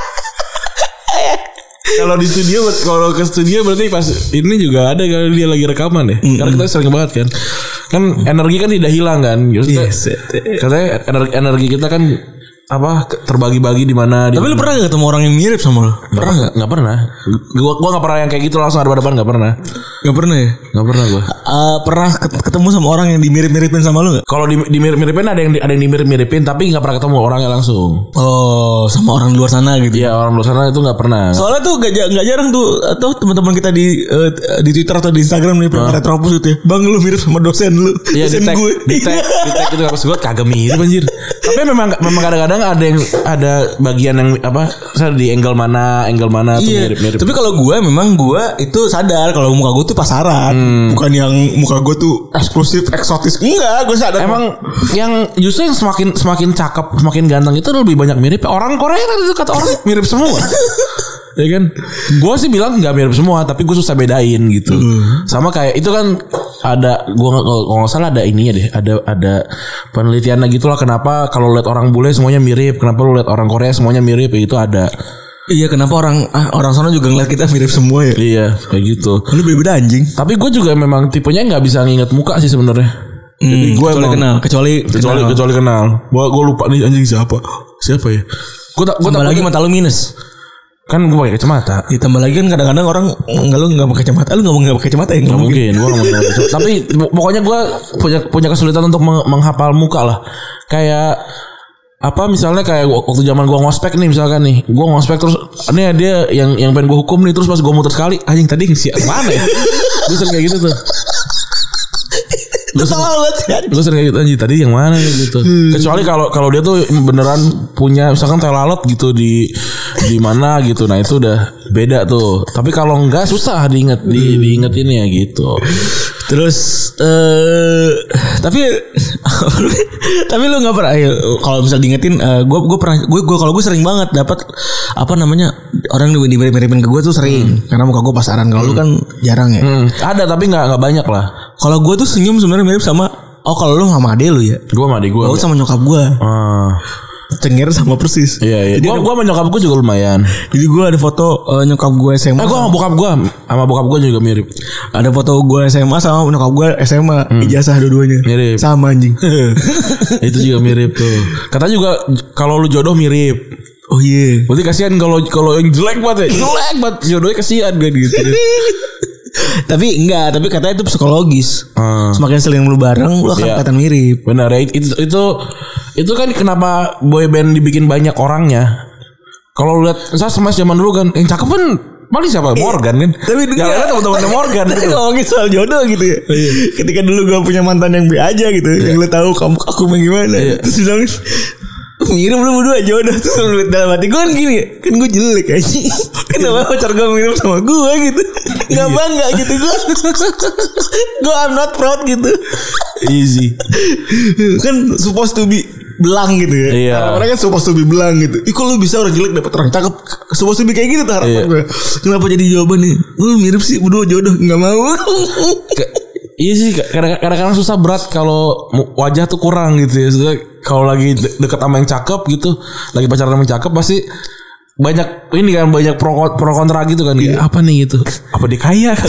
B: Kalau di studio, kalau ke studio berarti pas ini juga ada kalau dia lagi rekaman ya. Mm-hmm. Karena kita sering banget kan. Kan energi kan tidak hilang kan. Yes. Katanya energi, energi kita kan apa terbagi-bagi di mana.
C: Tapi lu pernah gak ketemu orang yang mirip sama lu?
B: Pernah gak? Gak pernah. Gua gua gak pernah yang kayak gitu langsung ada depan gak pernah.
C: Gak pernah ya?
B: Gak pernah gua.
C: Uh, pernah ketemu sama orang yang dimirip-miripin sama lu gak?
B: Kalau di, dimirip-miripin ada yang ada yang dimirip-miripin tapi gak pernah ketemu orangnya langsung.
C: Oh, sama orang luar sana gitu.
B: Iya, orang luar sana itu gak pernah.
C: Soalnya tuh gak, gak jarang tuh atau teman-teman kita di uh, di Twitter atau di Instagram nih pernah Retropus gitu ya. Bang lu mirip sama dosen lu.
B: Iya,
C: dosen
B: di-tag,
C: gue.
B: Di-tag, di-tag gitu pas gue kagak mirip anjir. Tapi memang memang kadang-kadang ada yang ada bagian yang apa saya di angle mana angle mana tuh
C: iya,
B: mirip-mirip.
C: Tapi kalau gue memang gue itu sadar kalau muka gue tuh pasaran, hmm. bukan yang muka gue tuh eksklusif eksotis. Enggak, gue sadar.
B: Emang yang justru yang semakin semakin cakep semakin ganteng itu lebih banyak mirip. Orang Korea tadi itu kata orang mirip semua. Ya kan, gue sih bilang nggak mirip semua, tapi gue susah bedain gitu. Hmm. Sama kayak itu kan ada, gue kalau nggak salah ada ininya deh, ada ada penelitiannya gitulah kenapa kalau lihat orang bule semuanya mirip, kenapa lu lihat orang Korea semuanya mirip, ya itu ada.
C: Iya, kenapa orang ah, orang sana juga ngeliat kita mirip semua ya?
B: Iya, kayak gitu.
C: Lu beda-beda anjing.
B: Tapi gue juga memang tipenya nggak bisa nginget muka sih sebenarnya.
C: Hmm, jadi gue kecuali emang, kenal, kecuali
B: kecuali
C: kenal.
B: kecuali kenal. Gue gue lupa nih anjing siapa siapa ya. Gue tak gue tak
C: lagi mata lu minus.
B: Kan gue pakai kacamata.
C: Ditambah lagi kan kadang-kadang orang enggak lu enggak pakai kacamata, lu enggak enggak pakai kacamata ya?
B: Enggak mungkin, gue enggak pakai kacamata. Tapi pokoknya gue punya punya kesulitan untuk menghafal muka lah. Kayak apa misalnya kayak waktu zaman gue ngospek nih misalkan nih, gue ngospek terus ini dia yang yang pengen gue hukum nih, terus pas gue muter sekali, anjing tadi siapa mana ya? Gue sering kayak gitu tuh. Lu sering, lu sering kayak gitu anjing tadi yang mana gitu. Hmm. Kecuali kalau kalau dia tuh beneran punya misalkan telalot gitu di di mana gitu. Nah, itu udah beda tuh. Tapi kalau enggak susah diinget di hmm. diingetinnya gitu.
C: Terus eh uh, tapi tapi lu enggak pernah kalau misal diingetin uh, gue gue pernah gue gue kalau gue sering banget dapat apa namanya orang yang mirip-miripin ke gue tuh sering hmm. karena muka gue pasaran. Kalau hmm. lu kan jarang ya. Hmm.
B: Ada tapi enggak enggak banyak lah.
C: Kalau gue tuh senyum sebenarnya mirip sama oh kalau lu sama ade lu ya.
B: Gue sama ade gue.
C: Gue sama nyokap gue.
B: Ah.
C: Cengir sama persis.
B: Iya iya. Gue gue sama nyokap gue juga lumayan.
C: Jadi gue ada foto uh, nyokap gue S M A.
B: Eh gue sama bokap gue sama bokap gue juga mirip.
C: Ada foto gue S M A sama nyokap gue S M A. Hmm. Ijazah dua-duanya.
B: Mirip.
C: Sama anjing.
B: Itu juga mirip tuh. Katanya juga kalau lu jodoh mirip.
C: Oh iya. Yeah.
B: Berarti kasihan kalau kalau yang jelek banget ya. Jelek banget jodohnya kasihan kan gitu.
C: Tapi enggak, tapi katanya itu psikologis. Hmm. Semakin sering lu bareng, lu akan ya, kelihatan mirip.
B: Benar ya. Itu itu itu kan kenapa boy band dibikin banyak orangnya. Kalau lihat saya sama zaman dulu kan yang cakep kan Paling siapa? Morgan kan.
C: Tapi
B: yang lainnya teman-temannya Morgan.
C: Tapi ngomongin soal jodoh gitu ya. Iya. Ketika dulu gue punya mantan yang B aja gitu, iya. yang lo tahu kamu aku bagaimana. Iya. Terus bilang mirip lu berdua jodoh. Terus dalam hati gue kan gini, kan gue jelek aja. Kenapa pacar gue mirip sama gue gitu? Gak bangga gitu gue. Gue I'm not proud gitu.
B: Easy.
C: Kan supposed to be belang gitu ya.
B: Iya.
C: Orang kan supposed to be belang gitu. Ih kok lu bisa orang jelek dapet orang cakep. Supposed to be kayak gitu tuh harapan iya. gue. Kenapa jadi jawaban nih? Lu mirip sih berdua jodoh. Gak mau.
B: Iya sih, kadang-kadang susah berat kalau wajah tuh kurang gitu ya. Kalau lagi de- deket sama yang cakep gitu, lagi pacaran sama yang cakep pasti banyak ini kan, banyak pro pro kontra gitu kan. Iya. Apa nih gitu? Apa dia kaya kan?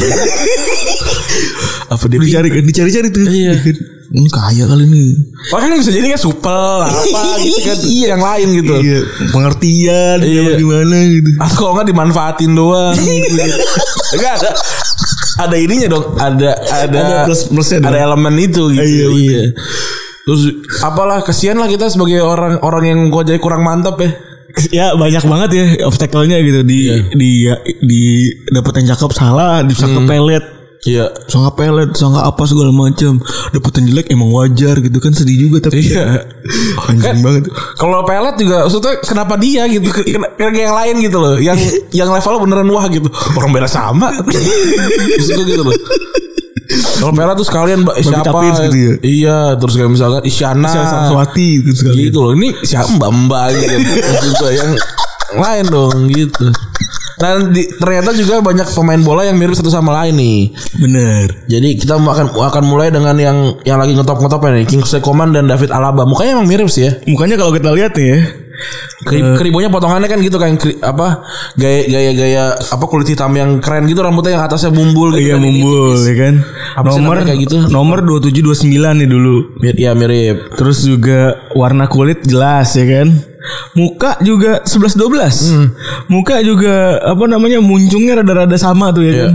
B: Apa dia
C: dicari kan, dicari-cari tuh.
B: Iya.
C: Ini kaya kali nih.
B: Makanya bisa jadi kan supel apa gitu kan. Iya, yang lain gitu.
C: Iya, pengertian iya. gimana gitu.
B: Atau kalau enggak dimanfaatin doang gitu. Enggak ada ada ininya dong, ada ada
C: ada plus plusnya
B: ada
C: dong.
B: elemen itu gitu.
C: Iya,
B: iya. Terus apalah kasihan lah kita sebagai orang orang yang gua jadi kurang mantap ya.
C: Ya banyak banget ya obstacle-nya gitu di iya. di ya, di dapet yang cakep salah, disangka hmm. pelet.
B: Iya,
C: sangka pelet, sangka apa segala macam. Dapetin jelek emang wajar gitu kan, sedih juga tapi.
B: Iya.
C: Anjing
B: kan,
C: banget.
B: Kalau pelet juga maksudnya kenapa dia gitu? Kayak yang lain gitu loh. Yang yang levelnya beneran wah gitu. Orang beda sama. Maksudnya gitu loh. Kalau pelet tuh sekalian Mbak siapa? Gitu ya? Iya, terus kayak misalkan Isyana,
C: Isyana Saraswati gitu sekalian.
B: Gitu loh. Ini siapa Mbak-mbak gitu. Juga yang lain dong gitu. Nah di, ternyata juga banyak pemain bola yang mirip satu sama lain nih.
C: Bener.
B: Jadi kita akan akan mulai dengan yang yang lagi ngetop-ngetop nih, Kingsley Coman dan David Alaba. Mukanya emang mirip sih ya.
C: Mukanya kalau kita lihat nih ya,
B: Kerib, uh, keribonya potongannya kan gitu kan keri, apa gaya-gaya apa kulit hitam yang keren gitu, rambutnya yang atasnya bumbul gitu.
C: Iya
B: kan,
C: bumbul gitu. Ya kan.
B: Apa
C: nomor
B: kayak gitu.
C: Nomor dua puluh tujuh dua puluh sembilan nih dulu.
B: Iya mirip.
C: Terus juga warna kulit jelas ya kan. Muka juga sebelas dua belas. Hmm. Muka juga apa namanya muncungnya rada-rada sama tuh ya yeah. kan.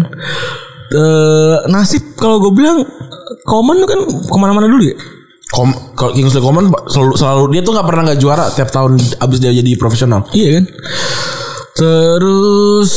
C: Uh, nasib kalau gue bilang Coman tuh kan kemana-mana dulu ya.
B: Kom, kalau Kingsley Coman selalu, selalu dia tuh nggak pernah nggak juara tiap tahun abis dia jadi profesional.
C: Iya kan. Terus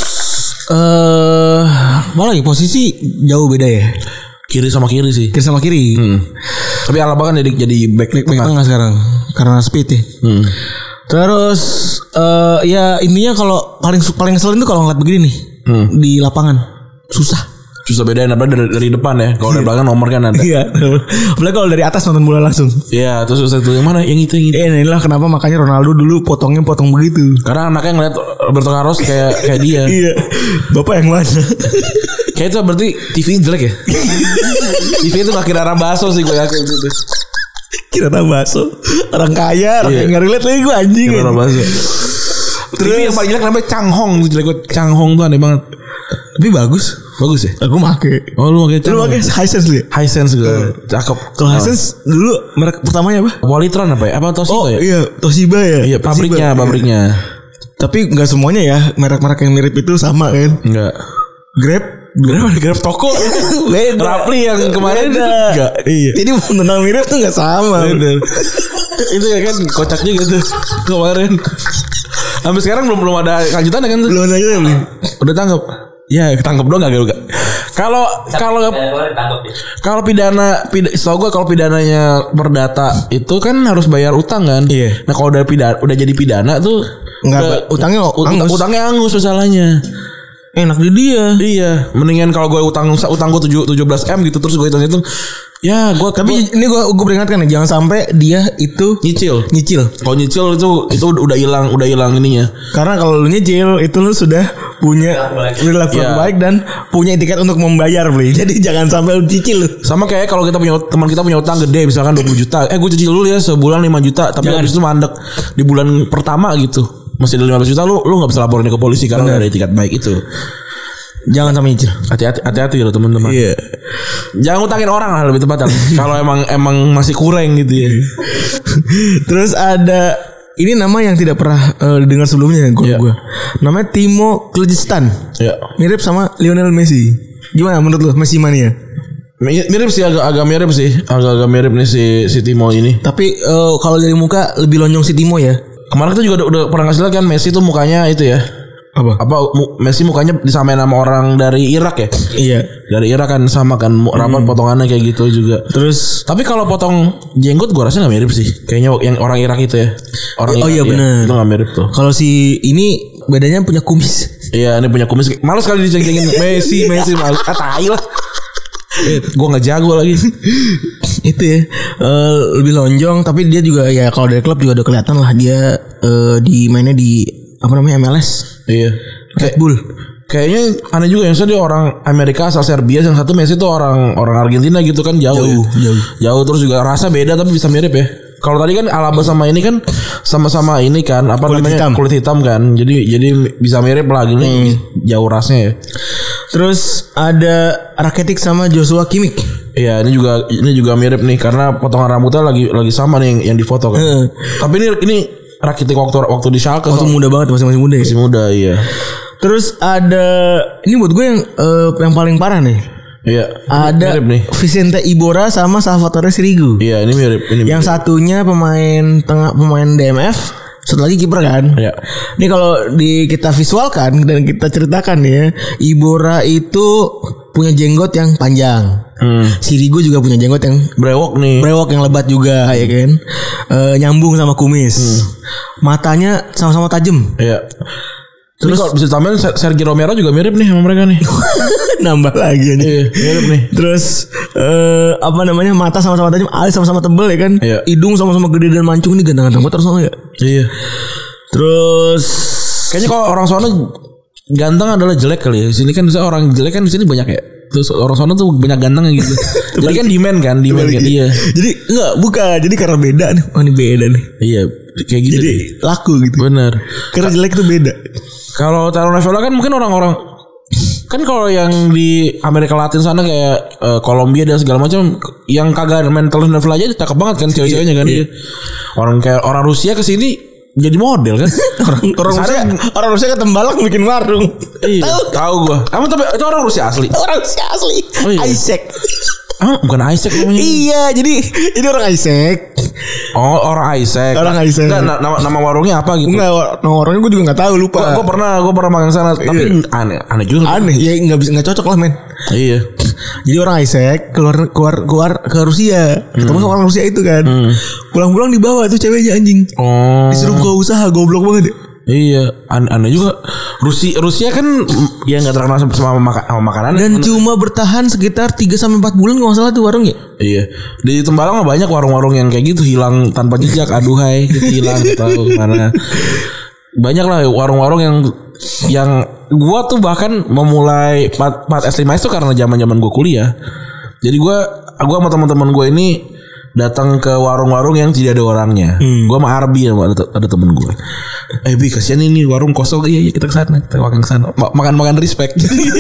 C: eh uh, apa lagi posisi jauh beda ya.
B: Kiri sama kiri sih.
C: Kiri sama kiri.
B: Hmm. Tapi Alaba kan jadi jadi back
C: back tengah sekarang karena speed ya. Hmm. Terus uh, ya intinya kalau paling paling ngeselin tuh kalau ngeliat begini nih hmm. di lapangan susah.
B: Susah bedain apa dari, dari depan ya. Kalau dari belakang nomor kan ada.
C: Iya. Apalagi kalau dari atas nonton bola langsung.
B: Iya. Terus susah tuh yang mana yang itu yang itu.
C: Eh inilah kenapa makanya Ronaldo dulu potongnya potong begitu.
B: Karena anaknya ngeliat Roberto Carlos kayak kayak dia.
C: Iya. Bapak yang mana?
B: Kayak itu berarti T V jelek ya. T V itu gak kira arah bakso sih gue yakin itu.
C: Kira arah bakso. Orang kaya, orang
B: iya.
C: yang gak relate lagi gue anjing.
B: Kira arah bakso. Terus T V yang paling jelek namanya Changhong tuh jelek. Changhong tuh aneh banget.
C: Tapi bagus.
B: Bagus ya?
C: Aku make.
B: Oh lu make
C: Changhong. Lu make Hisense lu ya?
B: Hisense gue uh. Cakep.
C: Kalau Hisense dulu merek pertamanya apa?
B: Polytron apa ya? Apa Toshiba
C: oh,
B: ya?
C: iya Toshiba ya.
B: Iya pabriknya
C: Toshiba,
B: pabriknya
C: iya. Tapi gak semuanya ya merek-merek yang mirip itu sama kan?
B: Enggak.
C: Grab
B: Grab ada Grab toko. Beda. Rapli yang kemarin enggak. Iya.
C: Jadi tentang mirip tuh gak sama.
B: Bener. Itu ya kan kocaknya gitu kemarin. Sampai sekarang belum belum ada lanjutan kan?
C: Belum ada lanjutan belum.
B: Udah tangkap. Ya ketangkep doang gak gak. Kalau kalau kalau pidana pidana setahu gue kalau pidananya perdata itu kan harus bayar utang kan.
C: Iya.
B: Nah kalau udah pidana udah jadi pidana tuh
C: enggak utangnya
B: utang, utangnya angus masalahnya.
C: Enak di dia.
B: Iya, mendingan kalau gue utang utang gue tujuh belas M gitu terus gue hitung-hitung. Ya, gue
C: tapi gua, ini gue gue peringatkan ya jangan sampai dia itu
B: nyicil.
C: Nyicil.
B: Kalau nyicil itu itu udah hilang, udah hilang ininya.
C: Karena kalau lu nyicil itu lu sudah punya perilaku yeah. baik dan punya etiket untuk membayar, beli. Jadi jangan sampai lu cicil.
B: Sama kayak kalau kita punya teman kita punya utang gede misalkan dua puluh juta. Eh gue cicil dulu ya sebulan lima juta, tapi habis itu mandek di bulan pertama gitu. Masih ada lima belas juta lu lu enggak bisa laporin ke polisi karena ada etiket baik itu.
C: Jangan sampai nyicil.
B: Hati-hati hati-hati loh teman-teman.
C: Iya.
B: Jangan utangin orang lah lebih tepatnya. Kalau emang emang masih kurang gitu ya.
C: Terus ada ini nama yang tidak pernah uh, didengar sebelumnya gue yeah. gue. Namanya Timo Kljestan.
B: Yeah.
C: Mirip sama Lionel Messi. Gimana menurut lu Messi mania?
B: Mirip sih agak agak mirip sih. Agak-agak mirip nih si si Timo ini.
C: Tapi uh, kalau dari muka lebih lonjong si Timo ya.
B: Kemarin kita juga udah, udah pernah ngasih lihat kan Messi tuh mukanya itu ya.
C: Apa?
B: Apa Messi mukanya disamain sama orang dari Irak ya?
C: Iya.
B: Dari Irak kan sama kan rambut hmm. potongannya kayak gitu juga.
C: Terus
B: tapi kalau potong jenggot gua rasa enggak mirip sih. Kayaknya yang orang Irak itu ya. Orang
C: oh
B: Irak,
C: iya benar.
B: Itu enggak mirip tuh.
C: Kalau si ini bedanya punya kumis.
B: Iya, ini punya kumis. Males kali diceng-cengin Messi, Messi males. Ah tai lah. Eh, gua enggak jago lagi.
C: Itu ya. Uh, lebih lonjong tapi dia juga ya kalau dari klub juga udah kelihatan lah dia uh, di mainnya di apa namanya M L S.
B: Iya.
C: Red Bull.
B: Kayaknya aneh juga yang dia orang Amerika asal Serbia, yang satu Messi tuh orang orang Argentina gitu kan jauh. Jauh, ya. jauh. Jauh terus juga rasa beda tapi bisa mirip ya. Kalau tadi kan Alaba sama ini kan sama-sama ini kan apa
C: kulit
B: namanya
C: hitam.
B: kulit hitam kan. Jadi jadi bisa mirip lah gini hmm. jauh rasnya ya.
C: Terus ada Rakitic sama Joshua Kimmich.
B: Iya, ini juga ini juga mirip nih karena potongan rambutnya lagi lagi sama nih yang, yang difoto kan. Hmm. Tapi ini ini Rakitic waktu waktu di Schalke
C: waktu muda banget masih masih muda ya.
B: Masih muda iya.
C: Terus ada ini buat gue yang uh, yang paling parah nih.
B: Iya.
C: Ada mirip nih. Vicente Iborra sama Salvatore Sirigu.
B: Iya, ini mirip. Ini
C: yang
B: mirip.
C: Satunya pemain tengah pemain D M F, satu lagi kiper kan.
B: Iya.
C: Ini kalau di kita visualkan dan kita ceritakan ya, Iborra itu punya jenggot yang panjang. Hmm. Sirigu juga punya jenggot yang
B: brewok nih.
C: Brewok yang lebat juga ya kan. E, nyambung sama kumis. Hmm. Matanya sama-sama tajam.
B: Iya. Terus kalau bisa tambahin Sergio Romero juga mirip nih sama mereka nih.
C: Nambah lagi nih.
B: Iya, mirip nih.
C: Terus uh, apa namanya mata sama-sama tajam, alis sama-sama tebel ya kan. Iya. Hidung sama-sama gede dan mancung nih ganteng-ganteng banget orang ya.
B: Iya.
C: Terus
B: kayaknya kalau orang sono ganteng adalah jelek kali ya. Di sini kan bisa orang jelek kan di sini banyak ya. Terus orang sono tuh banyak ganteng gitu. Jadi kan demand kan, demand kan. Iya.
C: Jadi enggak bukan, jadi karena beda nih. Oh ini beda nih.
B: Iya, kayak gitu.
C: Jadi laku gitu.
B: Bener.
C: Karena jelek tuh beda.
B: Kalau telenovela kan mungkin orang-orang kan kalau yang di Amerika Latin sana kayak uh, Kolombia dan segala macam yang kagak main telenovela aja cakep banget kan cewek-ceweknya kan. Iya. Orang kayak orang Rusia ke sini jadi model kan.
C: orang orang Rusia orang Rusia ke Tembalang bikin warung.
B: Iya. Tahu gua. Kamu tapi itu orang Rusia asli.
C: Orang Rusia asli. Oh, iya. Isaac.
B: Ah, bukan Isaac namanya.
C: Iya, jadi ini orang Isaac.
B: Oh, orang Isaac.
C: Orang Isaac.
B: Enggak, nama, nama warungnya apa gitu?
C: Enggak, nama warungnya gue juga enggak tahu, lupa.
B: Gue pernah, gue pernah makan sana, tapi iya. aneh, aneh juga.
C: Aneh, ya enggak bisa enggak cocok lah, men.
B: Iya.
C: Jadi orang Isaac keluar keluar keluar ke Rusia. Ketemu hmm. sama orang Rusia itu kan. Hmm. Pulang-pulang dibawa tuh ceweknya anjing. Oh. Disuruh buka usaha, goblok banget ya.
B: Iya, an aneh juga. Rusia Rusia kan ya enggak terkenal sama, maka, sama makanan.
C: Dan cuma bertahan sekitar tiga sampai empat bulan kalau enggak salah tuh warungnya.
B: Iya. Di Tembalang mah banyak warung-warung yang kayak gitu hilang tanpa jejak, aduhai, gitu hilang tahu mana. Banyak lah warung-warung yang yang gua tuh bahkan memulai Pat, Pat S lima S tuh karena zaman-zaman gua kuliah. Jadi gua gua sama teman-teman gua ini datang ke warung-warung yang tidak ada orangnya. Hmm. Gua sama Arbi ada, ada temen gue. Eh Bi kasihan ini warung kosong. Iya iya kita kesana, kita makan kesana. Makan-makan respect.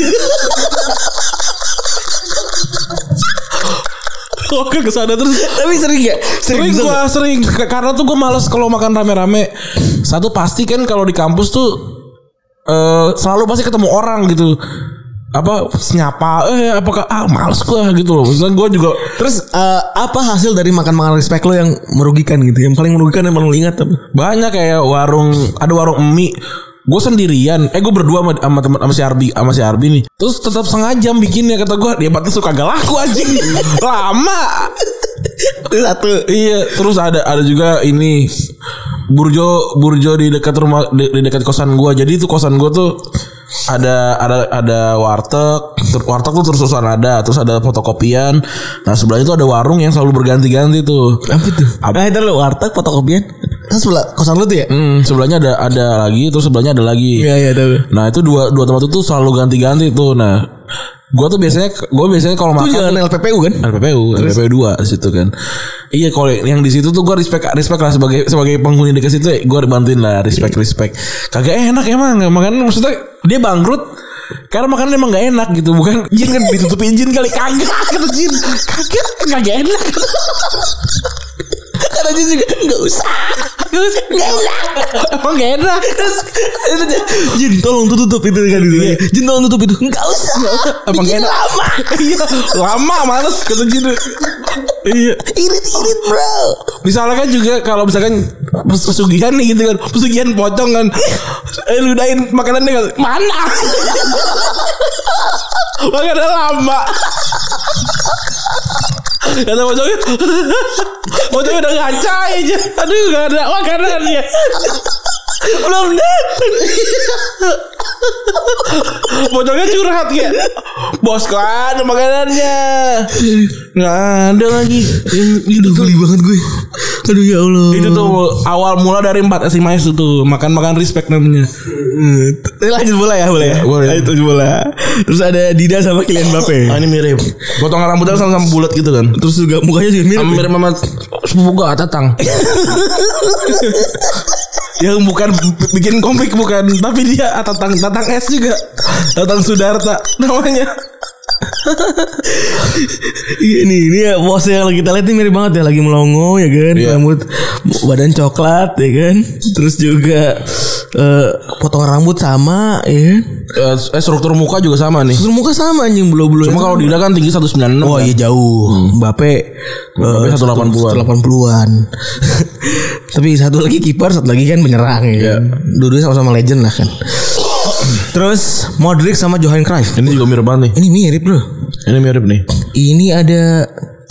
B: Oke kesana terus. Tapi sering gak? Sering, sering gue sering. Karena tuh gue malas kalau makan rame-rame. Satu pasti kan kalau di kampus tuh uh, selalu pasti ketemu orang gitu. Apa nyapa eh apakah ah males gue gitu loh. Misalnya gue juga. Terus
C: uh, apa hasil dari makan-makan respect lo yang merugikan gitu? Yang paling merugikan yang paling lo ingat apa?
B: Banyak kayak warung, ada warung mie. Gue sendirian, eh gue berdua sama, sama teman sama si Arbi, sama si Arbi nih. Terus tetap setengah jam bikinnya kata gue, dia batas suka gak laku anjing. Lama. Satu. Iya, terus ada ada juga ini Burjo Burjo di dekat rumah di, di dekat kosan gue. Jadi itu kosan gue tuh ada ada ada warteg, warteg tuh terus-terusan ada, terus ada fotokopian. Nah sebelahnya tuh ada warung yang selalu berganti-ganti tuh.
C: Apa tuh? Nah itu lo warteg, fotokopian. Kan sebelah kosan lu tuh ya?
B: Hmm, sebelahnya ada ada lagi, terus sebelahnya ada lagi.
C: Iya iya tahu.
B: Nah itu dua dua tempat itu selalu ganti-ganti tuh. Nah gue tuh biasanya gue biasanya kalau makan
C: tuh jalan L P P U kan?
B: L P P U, terus? L P P U dua di situ kan. Iya kalau yang di situ tuh gue respect respect lah sebagai sebagai penghuni dekat situ, gue bantuin lah respect respect. Kagak enak emang, makan maksudnya dia bangkrut karena makanan emang gak enak gitu. Bukan Jin kan ditutupin Jin kali. Kagak kata Jin. Kagak kagak enak.
C: Kata Jin juga enggak usah. Enggak usah. Enggak enak.
B: Emang gak enak.
C: Terus Jin tolong tutup itu kan gitu. Jin tolong tutup itu. Enggak usah.
B: Emang gak enak.
C: Lama.
B: Iya, lama males kata Jin. Iya.
C: Irit-irit bro.
B: Misalnya kan juga kalau misalkan pesugihan nih gitu kan, pesugihan pocong kan, eh, ludahin makanannya kan, mana? Makanan lama. Kata pocongnya, pocongnya udah ngaca aja. Aduh gak ada makanannya.
C: Belum datang.
B: Pocongnya curhat kayak, bos kan ada makanannya. Gak ada lagi.
C: Itu geli banget gue. Aduh ya Allah.
B: Itu tuh awal mula dari empat S M S itu tuh, makan-makan respect namanya.
C: Lanjut bola ya, boleh ya.
B: Boleh.
C: Lanjut bola. Terus ada Dida sama Kylian Mbappe.
B: Ah, ini mirip. Potongan rambutnya sama-sama bulat gitu kan.
C: Terus juga mukanya juga mirip.
B: Mirip sama sepupu gua Tatang. Yang bukan bikin komik bukan, tapi dia Tatang Tatang S juga. Tatang Sudarta namanya.
C: Ini ini ya bos yang lagi kita lihat ini mirip banget ya, lagi melongo ya kan,
B: Iya.
C: rambut badan coklat ya kan, terus juga eh, potongan rambut sama ya kan,
B: Eh, eh struktur muka juga sama nih.
C: terus muka sama anjing bulu-bulu.
B: Cuma kalau Dida kan tinggi seratus sembilan puluh enam.
C: Oh
B: kan?
C: iya jauh. Mbappe
B: Mbappe seratus delapan puluhan.
C: delapan puluhan. Tapi satu lagi kiper, satu lagi kan penyerang ya. Kan? Dua-duanya sama-sama legend lah kan. Terus Modric sama Johan Cruyff.
B: Ini juga mirip banget nih.
C: Ini mirip bro.
B: Ini mirip nih.
C: Ini ada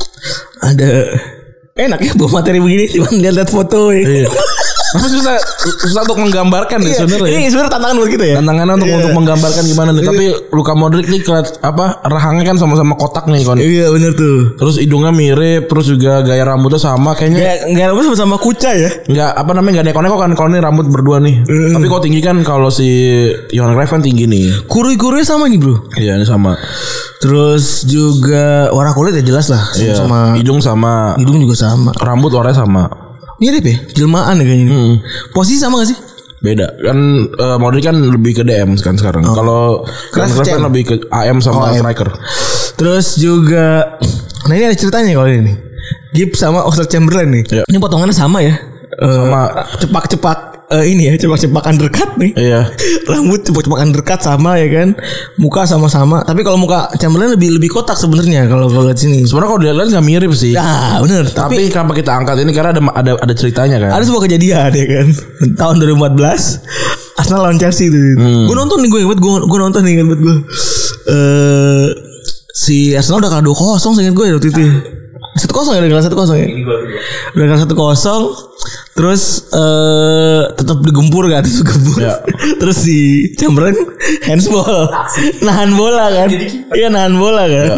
C: ada enak ya bawa materi begini, cuma lihat-lihat foto ya.
B: Iya. Tapi susah susah untuk menggambarkan ya sebenarnya.
C: Ini sebenarnya tantangan buat kita ya.
B: Tantangannya untuk untuk menggambarkan gimana nih. Tapi Luka Modric nih keliat, apa rahangnya kan sama-sama kotak nih kon.
C: Iya benar tuh.
B: Terus hidungnya mirip, terus juga gaya rambutnya sama kayaknya.
C: Kayak nggak apa sama-sama kuca ya.
B: Enggak apa namanya enggak neko-neko kan kalau ini rambut berdua nih.
C: Mm.
B: Tapi kok tinggi kan kalau si Johan Cruyff kan tinggi nih.
C: Kurui-kurui sama nih bro.
B: Iya ini sama.
C: Terus juga warna kulit ya jelas lah.
B: Iya.
C: Sama
B: Hidung sama.
C: hidung juga sama.
B: Rambut warnanya sama.
C: Mirip ya, jelmaan ya kayaknya. Hmm. Posisi sama gak sih?
B: Beda kan uh, Modric kan lebih ke D M kan sekarang.
C: Oh.
B: Kalau Cruyff kan lebih ke A M sama
C: Oh, A M.
B: striker.
C: Terus juga, nah ini ada ceritanya kalau ini nih. Gibbs sama Oxlade Chamberlain nih.
B: Iya.
C: Ini potongannya sama ya.
B: Sama.
C: Uh, cepak-cepak uh, ini ya, cepak-cepak undercut nih.
B: Iya.
C: Rambut cepak-cepak undercut sama ya kan. Muka sama-sama. Tapi kalau muka Chamberlain lebih lebih kotak sebenarnya kalau kalau lihat sini.
B: Sebenarnya kalau dilihat nggak mirip sih.
C: Ya benar.
B: Tapi,
C: Tapi,
B: kenapa kita angkat ini karena ada ada ada ceritanya kan.
C: ada sebuah kejadian ya kan. Tahun dua ribu empat belas Arsenal lawan Chelsea itu. Hmm. Gue nonton nih, gue inget gue gue nonton nih, inget banget gue. Eh si Arsenal udah kalah dua kosong seinget gue ya waktu itu. satu kosong ya, udah kalah satu kosong ya. Udah kalah satu kosong. Terus eh tetap digempur kan, terus digempur.
B: Ya.
C: Terus si Chamberlain handsball, nahan bola kan. Iya nahan bola kan. Ya.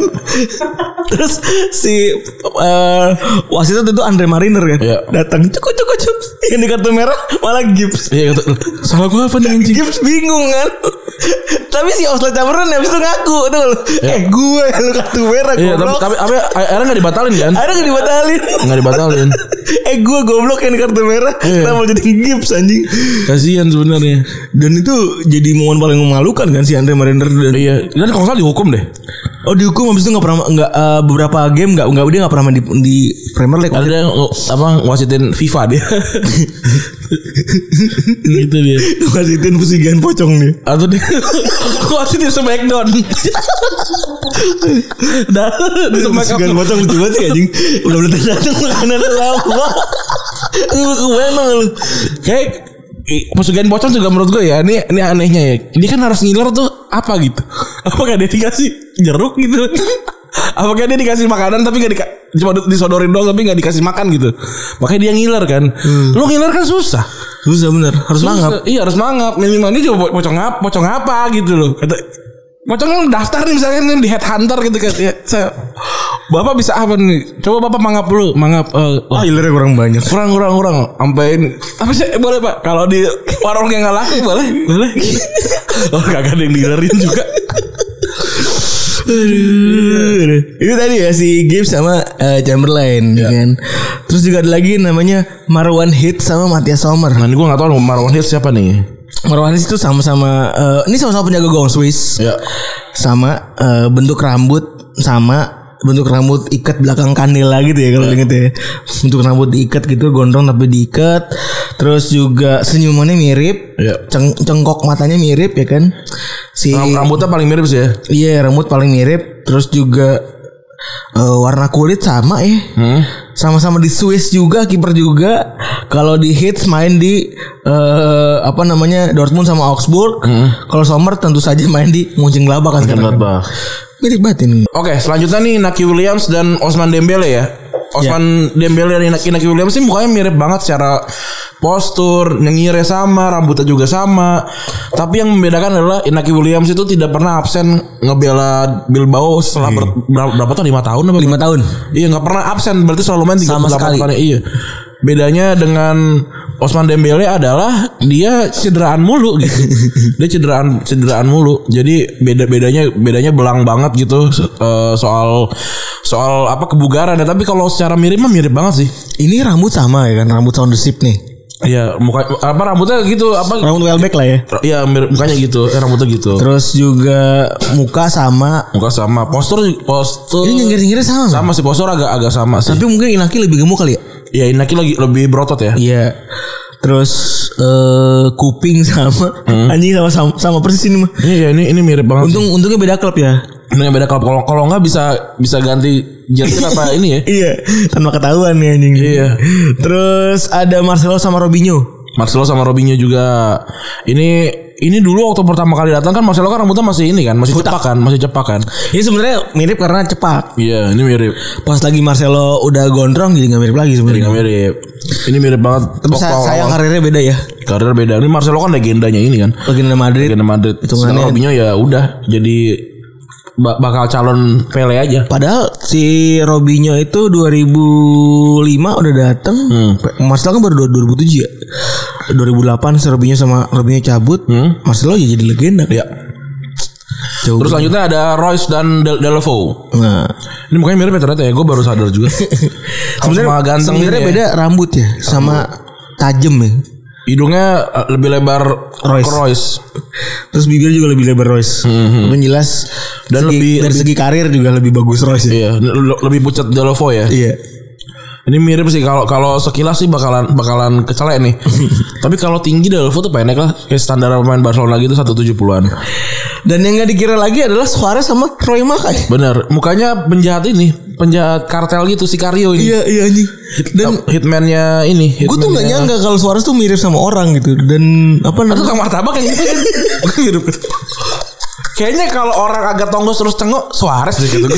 C: Terus si uh, wasit itu Andre Mariner kan.
B: Ya.
C: Datang cukup cukup cukup. Yang di kartu merah malah Gibbs.
B: Iya, salah gue apa nih anjing?
C: Gibbs bingung kan. Tapi si Oxlade Chamberlain habis itu ngaku tuh. Ya. Eh gue lu kartu merah
B: Iya, tapi tapi tapi akhirnya enggak dibatalin kan?
C: Akhirnya enggak dibatalin.
B: Enggak dibatalin.
C: Eh gue goblok yang di kartu merah.
B: Iya.
C: Kenapa jadi Gibbs anjing?
B: Kasihan sebenarnya.
C: Dan itu jadi momen paling memalukan kan si Andre Mariner dan
B: Iya, dan kalau salah dihukum deh.
C: oh dihukum habis itu nggak pernah nggak uh, beberapa game nggak nggak dia nggak pernah main di, di Premier League.
B: Ada yang uh, apa wasitin FIFA dia. Gitu dia.
C: Wasitin pusigan pocong nih.
B: Atau dia wasitin Smackdown. Dah di
C: Pusigan
B: Smackdown.
C: pocong lucu banget sih anjing. Udah udah datang makanan lama. Lu kewenang lu.
B: Kayak pesugihan pocong juga menurut gue ya ini ini anehnya ya. Dia kan harus ngiler tuh apa gitu? Apakah dia dikasih jeruk gitu? Apakah dia dikasih makanan tapi gak dika- cuma disodorin doang tapi gak dikasih makan gitu? Makanya dia ngiler kan. Hmm. Lu ngiler kan susah.
C: Susah bener. Harus
B: Susah.
C: mangap.
B: Iya harus mangap. Minimal ini coba pocong apa? Pocong apa gitu loh. Kata pocong kan daftar nih misalnya di headhunter gitu kan. Ya, saya, Bapak bisa apa nih? Coba Bapak mangap dulu. Mangap. Uh,
C: Ah, ilernya kurang banyak.
B: kurang kurang kurang sampai ini tapi sih boleh Pak kalau di warung yang nggak laku boleh boleh oh kagak ada yang dilerin juga.
C: Aduh. Itu tadi ya si Gibbs sama uh, Chamberlain ya. Kan. Terus juga ada lagi namanya Marwan Hit sama Matthias Sommer.
B: Nah ini gue nggak tahu Marwan Hit siapa nih.
C: Marwan Hit itu sama-sama uh, ini sama-sama penjaga gawang Swiss.
B: Ya.
C: Sama uh, bentuk rambut sama bentuk rambut ikat belakang kandil lah gitu ya kalau
B: yeah.
C: inget ya. Bentuk rambut diikat gitu, gondrong tapi diikat. Terus juga senyumannya mirip,
B: yeah.
C: Ceng- cengkok matanya mirip ya kan. Si
B: rambutnya paling mirip sih ya.
C: Iya, rambut paling mirip. Terus juga uh, warna kulit sama ya. Hmm? Sama-sama di Swiss juga, kiper juga. Kalau di Hits main di uh, apa namanya Dortmund sama Augsburg. Hmm. Kalau Sommer tentu saja main di Mönchengladbach kan sekarang. Mirip banget ini.
B: Oke, selanjutnya nih Inaki Williams dan Ousmane Dembele ya. Ousmane yeah. Dembele dan Inaki, Inaki Williams sih mukanya mirip banget secara postur, nyengirnya sama, rambutnya juga sama. Tapi yang membedakan adalah Inaki Williams itu tidak pernah absen ngebela Bilbao setelah yeah. ber, berapa, berapa tahun? lima tahun apa?
C: lima tahun.
B: Iya, nggak pernah absen, berarti selalu main tiga puluh delapan kali. Iya. Bedanya dengan Ousmane Dembele adalah dia cederaan mulu gitu. Dia cederaan cederaan mulu. Jadi beda-bedanya bedanya belang banget gitu uh, soal soal apa kebugaran ya. Tapi kalau secara mirip mah mirip banget sih.
C: Ini rambut sama ya kan, rambut Soundership nih.
B: Iya, muka apa rambutnya gitu apa
C: rambut Welbeck lah ya.
B: Iya, mirip mukanya gitu, eh, rambutnya gitu.
C: Terus juga muka sama,
B: muka sama, postur postur.
C: Ini nyengir-nyengirnya sama.
B: Sama sih, postur agak agak sama sih.
C: Tapi mungkin Inaki lebih gemuk kali ya.
B: Iya, Inaki lagi lebih berotot ya.
C: Iya. Terus uh, kuping sama hmm. anjing sama, sama sama persis ini mah.
B: Iya, ini ini mirip banget.
C: Untung sih. Untungnya beda klub ya.
B: Untungnya beda klub. Kalau kalau enggak bisa bisa ganti jersey apa ini ya.
C: Iya, tanpa ketahuan nih anjing.
B: Iya.
C: Terus ada Marcelo sama Robinho.
B: Marcelo sama Robinho juga. Ini ini dulu waktu pertama kali datang kan Marcelo kan rambutnya masih ini kan, masih cepak kan, masih cepak kan.
C: Ini sebenarnya mirip karena cepak.
B: Iya, ini mirip.
C: Pas lagi Marcelo udah gondrong jadi nggak mirip lagi sebenarnya.
B: Nggak mirip. Ini mirip banget.
C: Tapi sayang karirnya beda ya.
B: Karirnya beda. Ini Marcelo kan legendanya ini kan.
C: Legenda Madrid.
B: Legenda Madrid. Sedangkan Robinho ya udah jadi bakal calon Pele aja.
C: Padahal si Robinho itu dua ribu lima udah datang. Hmm. Marcelo kan baru dua ribu tujuh ya. dua ribu delapan si Robinho sama Robinho cabut. Hmm. Marcelo ya jadi legenda.
B: Ya. Jauh Terus selanjutnya ada Royce dan Del- Delafeu. Nah, ini mukanya mirip ya ternyata ya. Gue baru sadar juga.
C: Sebenarnya sebenarnya beda rambut ya, sama tajam ya.
B: Hidungnya lebih lebar Royce. Royce.
C: Terus bibir juga lebih lebar Royce. Mm-hmm. Lebih jelas dan segi, lebih dari segi karir juga lebih bagus Royce. Ya?
B: Iya, lebih pucat Delafeu ya.
C: Iya.
B: Ini mirip sih kalau kalau sekilas sih bakalan bakalan kecelek nih. Tapi kalau tinggi Delafeu tuh pendek lah, kayak standar pemain Barcelona gitu seratus tujuh puluhan.
C: Dan yang enggak dikira lagi adalah Suarez sama Roy Makai.
B: Bener, mukanya penjahat ini, penjahat kartel gitu si Cario ini.
C: Iya, iya anjing.
B: Dan hitman-nya ini. Hitman
C: gue tuh enggak nyangka kalau Suarez tuh mirip sama orang gitu. Dan apa namanya?
B: Atau Kang Martabak yang gitu kan. Mirip. Kayaknya kalau orang agak tonggos terus cengok Suarez deh gitu.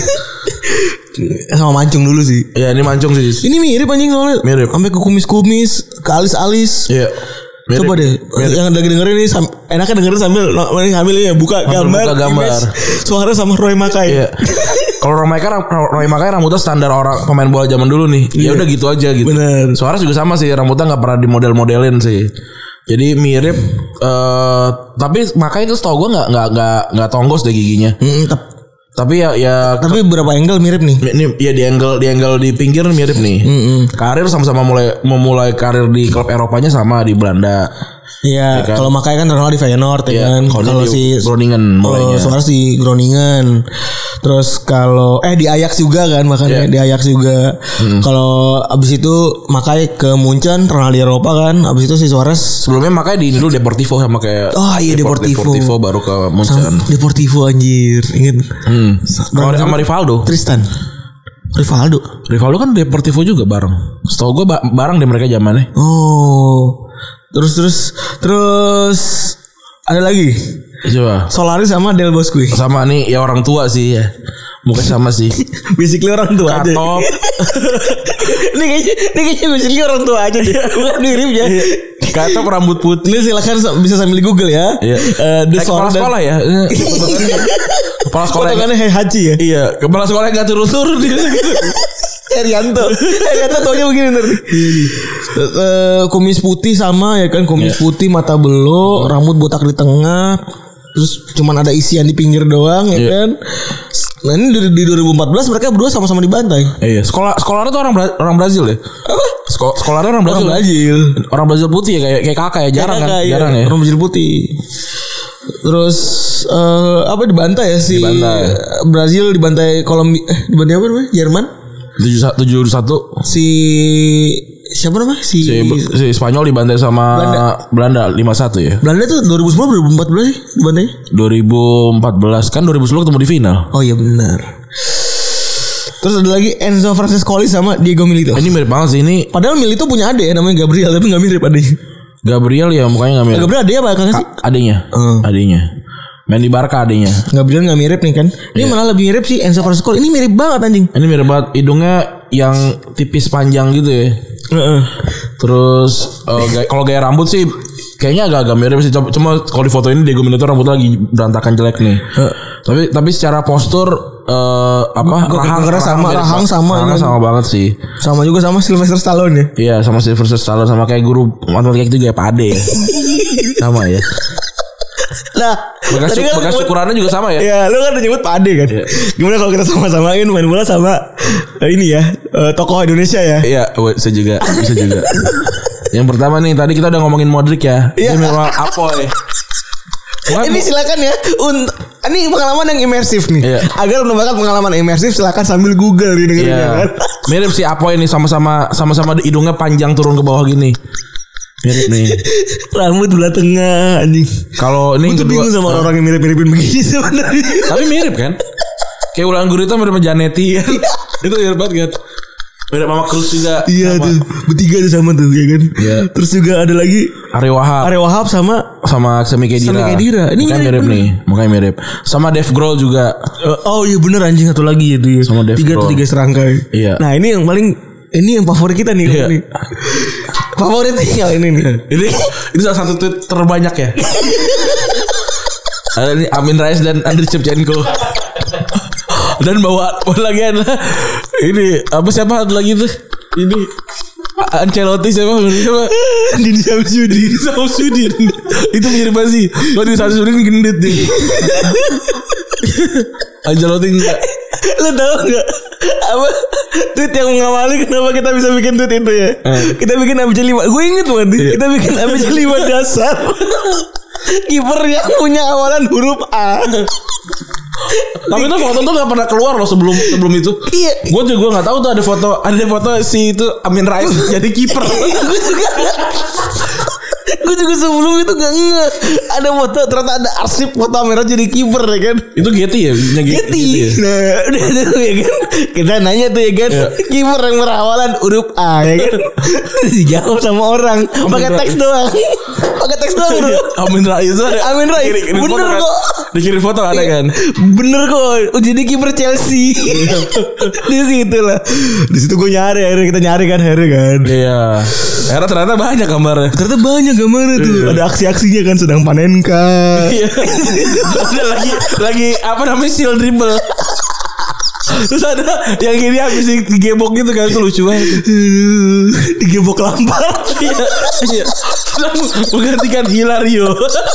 C: Sama mancung dulu sih.
B: Iya, ini mancung sih.
C: Ini mirip anjing soalnya.
B: Mirip.
C: Sampai ke kumis-kumis, ke alis-alis.
B: Iya. Mirip.
C: Coba deh mirip. Yang lagi dengerin ini sam- enaknya dengerin sambil sambil ya buka gambar,
B: buka gambar.
C: Suarez sama Roy Makai.
B: Iya. Kalau Roy Makai Roy Makai rambutnya standar orang pemain bola zaman dulu nih. Ya udah gitu aja gitu.
C: Bener.
B: Suarez juga sama sih, rambutnya enggak pernah dimodel-modelin sih. Jadi mirip uh, tapi Makai itu setahu gue enggak enggak enggak enggak tonggos deh giginya.
C: Mm, tep-
B: Tapi ya ya
C: tapi beberapa angle mirip nih.
B: Ini ya di angle di angle di pinggir mirip nih. Mm-hmm. Karir sama-sama mulai memulai karir di klub Eropanya sama di Belanda.
C: Iya, ya kan? Kalau Makai kan terkenal di Feyenoord ya, ya kan. Kalau si
B: Groningen mulainya.
C: Oh, Suarez di Groningen. Terus kalau eh di Ajax juga kan makanya yeah. Di Ajax juga. Hmm. Kalau abis itu Makai ke Munchen terkenal di Eropa kan. Abis itu si Suarez
B: sebelumnya Makai di dulu Deportivo sama kayak
C: oh iya Deportivo.
B: Deportivo baru ke Munchen.
C: Deportivo anjir, inget.
B: Hmm. Sama, sama Rivaldo.
C: Tristan. Rivaldo.
B: Rivaldo kan Deportivo juga bareng. Setahu gue bareng deh mereka zamannya.
C: Oh. Terus terus terus ada lagi.
B: Coba.
C: Solari sama Del Bosque.
B: Sama nih ya orang tua sih ya. Mungkin sama sih.
C: Basically orang tua aja.
B: Katop.
C: Ini kayaknya ini kayaknya basically orang tua aja deh. Bukan miripnya.
B: Katop rambut putih.
C: Ini silakan bisa sambil di Google ya.
B: Iya.
C: Uh,
B: kepala sekolah ya. Kepala sekolah.
C: Potongannya Heihachi ya.
B: Iya. Kepala sekolah enggak turun-turun gitu.
C: Herianto Herianto taunya begini ntar. uh, Kumis putih sama ya kan. Kumis yeah. putih, mata belok, rambut botak di tengah. Terus cuman ada isian di pinggir doang ya yeah. kan. Nah ini di, di dua ribu empat belas mereka berdua sama-sama dibantai.
B: Iya. Sekolah sekolahnya tuh orang Bra- orang Brazil ya.
C: Apa?
B: Sekolah sekolahnya orang Brazil.
C: Orang Brazil.
B: Orang Brazil putih ya kayak kayak kakak ya jarang kakak, kan.
C: Iya.
B: Jarang ya.
C: Orang Brazil putih. Terus uh, apa dibantai ya si
B: Dibantai.
C: Brazil dibantai Kolombia eh dibantai apa namanya? Jerman.
B: tujuh satu
C: Si siapa namanya? Si,
B: Si, si Spanyol dibantai sama
C: Belanda.
B: Belanda lima satu ya.
C: Belanda tuh dua ribu sepuluh dua ribu empat belas sih dibantainya.
B: dua ribu empat belas kan dua ribu sepuluh ketemu di final.
C: Oh iya benar. Terus ada lagi Enzo Francescoli sama Diego Milito.
B: Ini mirip banget sih ini.
C: Padahal Milito punya adek ya namanya Gabriel tapi nggak mirip adanya.
B: Gabriel ya mukanya nggak mirip.
C: Gabriel adeknya apa kakak sih?
B: A- adanya,
C: Hmm.
B: adanya. Main di Barca adanya.
C: Gabriel nggak mirip nih kan? Ini malah lebih mirip sih Enzo Francescoli. Ini mirip banget anjing.
B: Ini mirip banget hidungnya yang tipis panjang gitu ya.
C: Heeh.
B: Terus uh, gaya- kalau gaya rambut sih kayaknya agak-agak mirip sih. Cuma- Cuma kalau di foto ini Diego Milito rambut lagi berantakan jelek nih. Tapi tapi secara postur uh, apa
C: Gua
B: rahang
C: kira sama,
B: mirip
C: rahang
B: banget.
C: sama
B: Rahang
C: ini.
B: sama banget sih.
C: Sama juga sama Sylvester Stallone ya.
B: Iya sama Sylvester Stallone sama kayak guru matematika itu kayak Pak Ade ya. Sama ya.
C: Nah,
B: Bekas,
C: tadi kan
B: bekas
C: gua-
B: syukurannya juga sama ya.
C: Ya, lu kan udah nyebut Pak Ade kan. Gimana kalau kita sama-samain main bola sama eh, ini ya, eh, tokoh Indonesia ya.
B: Iya, bisa juga, bisa juga. Yang pertama nih, tadi kita udah ngomongin Modric ya.
C: Iya.
B: Ini memang Apoy. Bukan,
C: Ini silakan ya. Un- ini pengalaman yang imersif nih.
B: Iya.
C: Agar menambahkan pengalaman imersif silakan sambil Google nih dengerin
B: Iya.
C: kan.
B: Mirip si Apoy ini sama-sama sama-sama hidungnya panjang turun ke bawah gini. Mirip nih.
C: Rambut belah tengah anjing.
B: Kalau ini
C: Gue tuh
B: kedua,
C: bingung sama orang-orang yang mirip-miripin begini sebenarnya.
B: tapi mirip kan? Kayak Ulan Gurita mirip sama Janetti kan? Itu mirip banget kan? Mirip sama Cruz juga.
C: Iya
B: sama
C: tuh, bertiga tuh sama tuh ya kan.
B: Iya.
C: Terus juga ada lagi
B: Ari Wahab
C: Arya Wahab sama
B: sama Semi Khedira.
C: Semi Khedira. Ini
B: Mukanya
C: mirip,
B: mirip,
C: bener.
B: nih, mukanya mirip. Sama Dave Grohl juga.
C: Eh, oh iya bener anjing satu lagi itu ya.
B: Sama Dave
C: Tiga atau
B: Grohl.
C: tiga serangkai.
B: Iya.
C: Nah ini yang paling ini yang favorit kita nih.
B: Iya.
C: Ini. Favorit tinggal ini nih.
B: Ini ini salah satu tweet terbanyak ya. Ada nih Amin Rais dan Andriy Shevchenko. Dan bawa bawa lagi adalah ini apa siapa lagi tuh? Ini Ancelotti siapa? Siapa?
C: Dini Samsudin.
B: Samsudin. Itu mirip banget sih. Lo di Samsudin gendut nih. Ancelotti enggak.
C: Lo tau gak apa tweet yang mengawali kenapa kita bisa bikin tweet itu ya?
B: Eh.
C: Kita bikin A B C lima. Gue inget banget nih. Kita bikin A B C lima dasar. Kiper yang punya awalan huruf A.
B: Tapi itu foto tuh gak pernah keluar loh sebelum sebelum itu.
C: Iya.
B: Gue juga gue nggak tahu tuh ada foto ada foto si itu Amin Rais jadi kiper.
C: Gue juga Gue juga sebelum itu gak nge ada foto ternyata ada arsip foto Amira jadi kiper ya kan.
B: Itu Getty ya? Punya
C: Getty.
B: ya?
C: Nah, udah tuh ya kan. Kita nanya tuh ya kan.
B: Iya.
C: Kiper yang berawalan huruf A ya kan. Dijawab sama orang pakai
B: Rais.
C: teks doang. Pakai teks doang bro.
B: Amin Rais itu ada.
C: Amin Rais.
B: Kirim- kirim
C: Bener
B: foto kan?
C: kok.
B: Dikirim foto ada kan?
C: Bener kok. Oh, jadi kiper Chelsea. Di situ lah. Di situ gue nyari akhirnya kita nyari kan akhirnya kan.
B: Iya. Era ternyata banyak gambarnya.
C: Ternyata banyak gambarnya tuh.
B: Iya.
C: Ada aksi-aksinya kan sedang panen kan.
B: Iya. Ada lagi lagi apa namanya seal dribble. Terus ada yang gini habis digebok gitu kan itu lucu banget.
C: Aduh, digebok Lampard.
B: Iya. Iya. Terus menggantikan Hilario.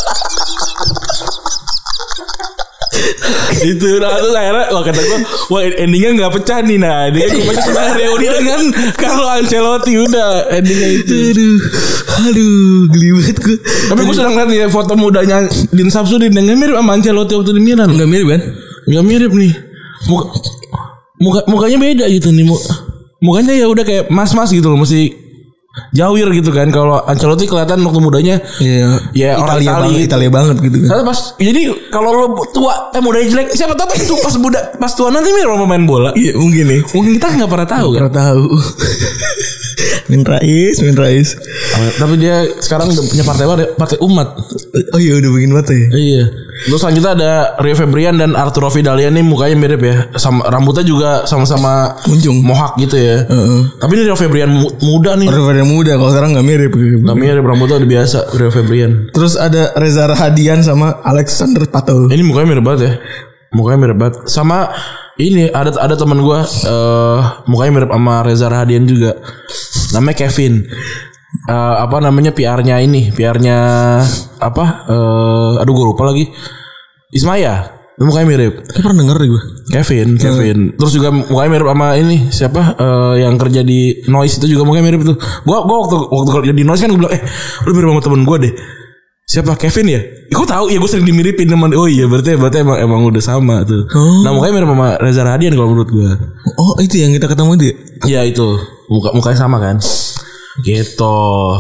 B: Itu nah terus akhirnya wah kata gue wah endingnya nggak pecah nih nah dia gue baca sebenarnya reuni dengan Carlo Ancelotti udah endingnya itu.
C: Aduh, aduh, geli banget gue.
B: Tapi gue sedang lihat nih foto mudanya Din Samsudin yang mirip sama Ancelotti waktu di Milan.
C: Nggak mirip kan?
B: Nggak mirip nih. Muka, muka mukanya beda gitu nih. Mukanya ya udah kayak mas-mas gitu loh, mesti jawir gitu kan. Kalau Ancelotti kelihatan waktu mudanya
C: Iya,
B: ya orang
C: Italia
B: Itali
C: banget,
B: gitu.
C: Italia banget gitu kan.
B: Ternyata pas jadi kalau lo tua eh mudanya jelek siapa tahu pas, pas muda pas tua nanti mirip sama pemain bola.
C: Iya mungkin nih.
B: Mungkin kita nggak pernah tahu kan.
C: Pernah tahu. Min Rais, Min Rais.
B: Tapi dia sekarang udah punya partai baru, partai umat.
C: Oh iya udah bikin mata ya.
B: Iya. Terus selanjutnya ada Rio Febrian dan Arturo Vidal nih mukanya mirip ya. Sama rambutnya juga sama-sama
C: Kunjung.
B: mohak gitu ya.
C: Heeh.
B: Tapi ini Rio Febrian mu- muda nih.
C: Orang yang muda kalau sekarang nggak mirip.
B: Tapi mirip rambutnya udah biasa Rio Febrian.
C: Terus ada Reza Rahadian sama Alexander Pato.
B: Ini mukanya mirip banget ya. Mukanya mirip banget. Sama ini ada ada teman gue uh, mukanya mirip sama Reza Rahadian juga. Namanya Kevin. Uh, apa namanya P R-nya ini, P R-nya apa? Uh, aduh gue lupa lagi. Ismaya. Mukanya mirip.
C: Kayak pernah denger deh gue.
B: Kevin, Kevin. Terus juga mukanya mirip sama ini siapa? Uh, yang kerja di Noise itu juga mukanya mirip tuh. Gua gua waktu waktu kerja di Noise kan gue bilang, "Eh, lu mirip sama temen gue deh." Siapa Kevin ya? Gue tahu ya, gue sering dimiripin teman. Oh iya berarti berarti emang emang udah sama tuh. Oh. Nah mukanya mirip sama Reza Radian kalau menurut gue.
C: Oh itu yang kita ketemu itu?
B: Iya itu muka mukanya sama kan. Gitu.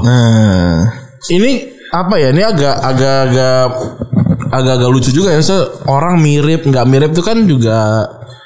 C: Nah
B: ini apa ya? Ini agak agak agak agak agak lucu juga ya. So, orang mirip nggak mirip itu kan juga